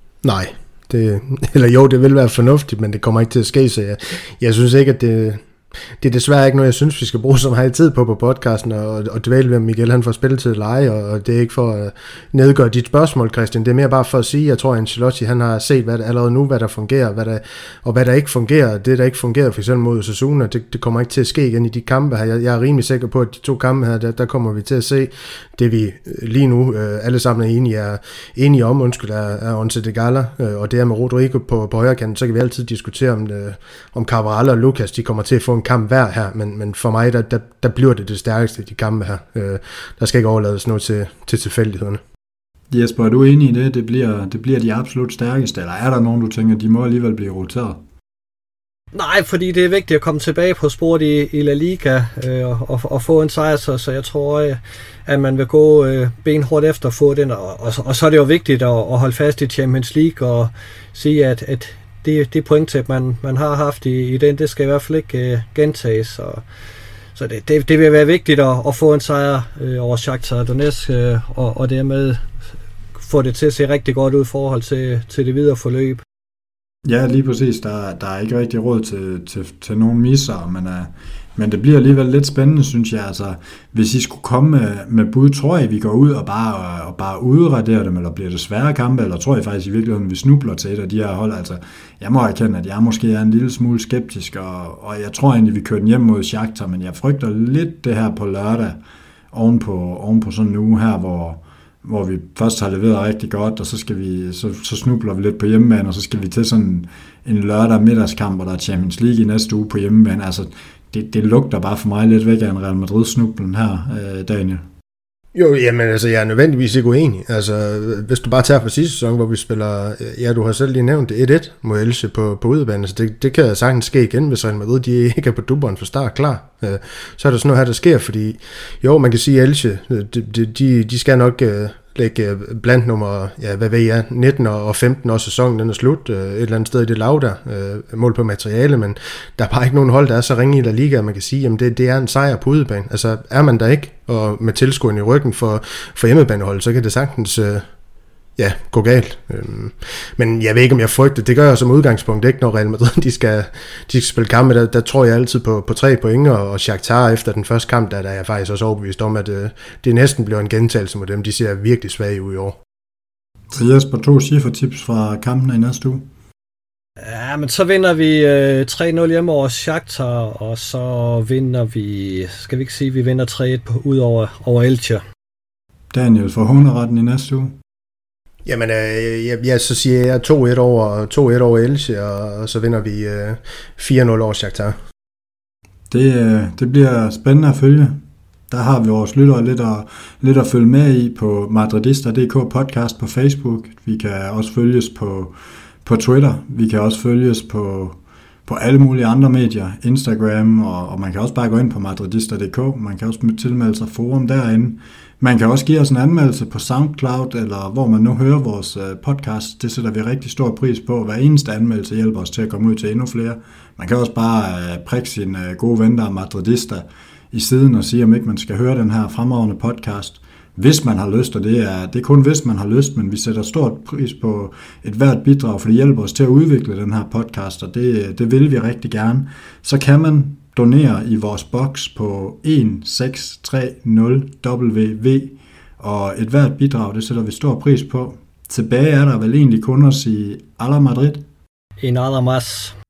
Nej, det, eller jo, det vil være fornuftigt, men det kommer ikke til at ske, så jeg, jeg synes ikke, at det... det er desværre ikke noget, jeg synes, vi skal bruge så meget tid på på podcasten, og, og dvæle ved, om Miguel han får spilletid eller ej, og, og det er ikke for at nedgøre dit spørgsmål, Christian. Det er mere bare for at sige, jeg tror, at Ancelotti han har set hvad der, allerede nu, hvad der fungerer, hvad der, og hvad der ikke fungerer. Det, der ikke fungerer, for eksempel mod Osasuna, det, det kommer ikke til at ske igen i de kampe her. Jeg, jeg er rimelig sikker på, at de to kampe her, der, der kommer vi til at se det, vi lige nu øh, alle sammen er enige, er, enige om, undskyld, er, er Once de Gala, øh, og det er med Rodrigo på, på højre kant. Så kan vi altid diskutere, om, øh, om Cabral og Lucas, de kommer til at få en kamp hver her, men, men for mig, der, der, der bliver det det stærkeste i de kampe her. Øh, der skal ikke overlades noget til, til tilfældighederne. Jesper, er du enig i det? Det bliver, det bliver de absolut stærkeste, eller er der nogen, du tænker, de må alligevel blive roteret? Nej, fordi det er vigtigt at komme tilbage på sporet i, i La Liga øh, og, og få en sejr, så, så jeg tror, øh, at man vil gå øh, benhårdt efter at få den, og, og, og så er det jo vigtigt at, at holde fast i Champions League og sige, at, at det, det pointtab, man, man har haft i, i den, det skal i hvert fald ikke øh, gentages, så, så det, det, det vil være vigtigt at, at få en sejr øh, over Shakhtar Donetsk, øh, og, og dermed få det til at se rigtig godt ud i forhold til, til det videre forløb. Ja, lige præcis. Der, der er ikke rigtig råd til, til, til nogen misser, men, uh, men det bliver alligevel lidt spændende, synes jeg. Altså, hvis I skulle komme med, med bud, tror I, vi går ud og bare, og bare udradere dem, eller bliver det svære kampe, eller tror I faktisk i virkeligheden, vi snubler til et af de her hold? Altså, jeg må erkende, at jeg måske er en lille smule skeptisk, og, og jeg tror egentlig, vi kører den hjem mod Shakhtar, men jeg frygter lidt det her på lørdag, oven på, oven på sådan en uge her, hvor hvor vi først har leveret rigtig godt, og så skal vi så, så snubler vi lidt på hjemmebane, og så skal vi til sådan en lørdag middagskamp, og der er Champions League i næste uge på hjemmebane. Altså, det, det lugter bare for mig lidt væk af en Real Madrid-snublen her, øh, Daniel. Jo, jamen altså, jeg er nødvendigvis ikke uenig. Altså, hvis du bare tager fra sidste sæson, hvor vi spiller, ja, du har selv lige nævnt et et mod Elche på, på udebane, så det, det kan sagtens ske igen, hvis Real Madrid, de ikke er på dubberen for start klar. Så er der sådan noget her, der sker, fordi, jo, man kan sige, at Elche, de, de, de skal nok uh, lægge blandt nummer, ja, hvad ved jeg, nitten og femten, og sæsonen den er slut, uh, et eller andet sted i det lav der, uh, mål på materiale, men der er bare ikke nogen hold, der er så ringe i La Liga, at man kan sige, jamen det, det er en sejr på udebane. Altså, er man der ikke, og med tilskuerne i ryggen for, for hjemmebanehold, så kan det sagtens uh, ja, gå galt. Øhm, men jeg ved ikke, om jeg frygter. Det gør jeg som udgangspunkt ikke, når Real Madrid de skal, de skal spille kampe. Der, der tror jeg altid på, på tre point, og Shakhtar efter den første kamp, der, der er jeg faktisk også overbevist om, at uh, det næsten bliver en gentagelse mod dem. De ser virkelig svage ud i år. Så Jesper, to cifretips fra kampene i næste uge? Ja, men så vinder vi øh, tre nul hjemme over Shakhtar, og så vinder vi, skal vi ikke sige, vi vinder tre et ud over, over Elche. Daniel, for hunderetten i næste uge? Jamen, øh, jeg, jeg så siger jeg to et over, to et over Elche, og, og så vinder vi øh, fire nul over Shakhtar. Det, øh, det bliver spændende at følge. Der har vi vores lyttere lidt at, lidt at følge med i på madridista punktum d k podcast på Facebook. Vi kan også følges på på Twitter. Vi kan også følges på, på alle mulige andre medier, Instagram, og, og man kan også bare gå ind på madridista punktum d k. Man kan også tilmelde sig forum derinde. Man kan også give os en anmeldelse på SoundCloud, eller hvor man nu hører vores podcast. Det sætter vi rigtig stor pris på. Hver eneste anmeldelse hjælper os til at komme ud til endnu flere. Man kan også bare prikke sin gode ven, der er madridista, i siden og sige, om ikke man skal høre den her fremragende podcast. Hvis man har lyst, og det er, det er kun hvis man har lyst, men vi sætter stort pris på et hvert bidrag, for det hjælper os til at udvikle den her podcast, og det, det vil vi rigtig gerne. Så kan man donere i vores boks på et seks tre nul W V, og et hvert bidrag, det sætter vi stor pris på. Tilbage er der vel egentlig kun at sige Ala Madrid. En nada más.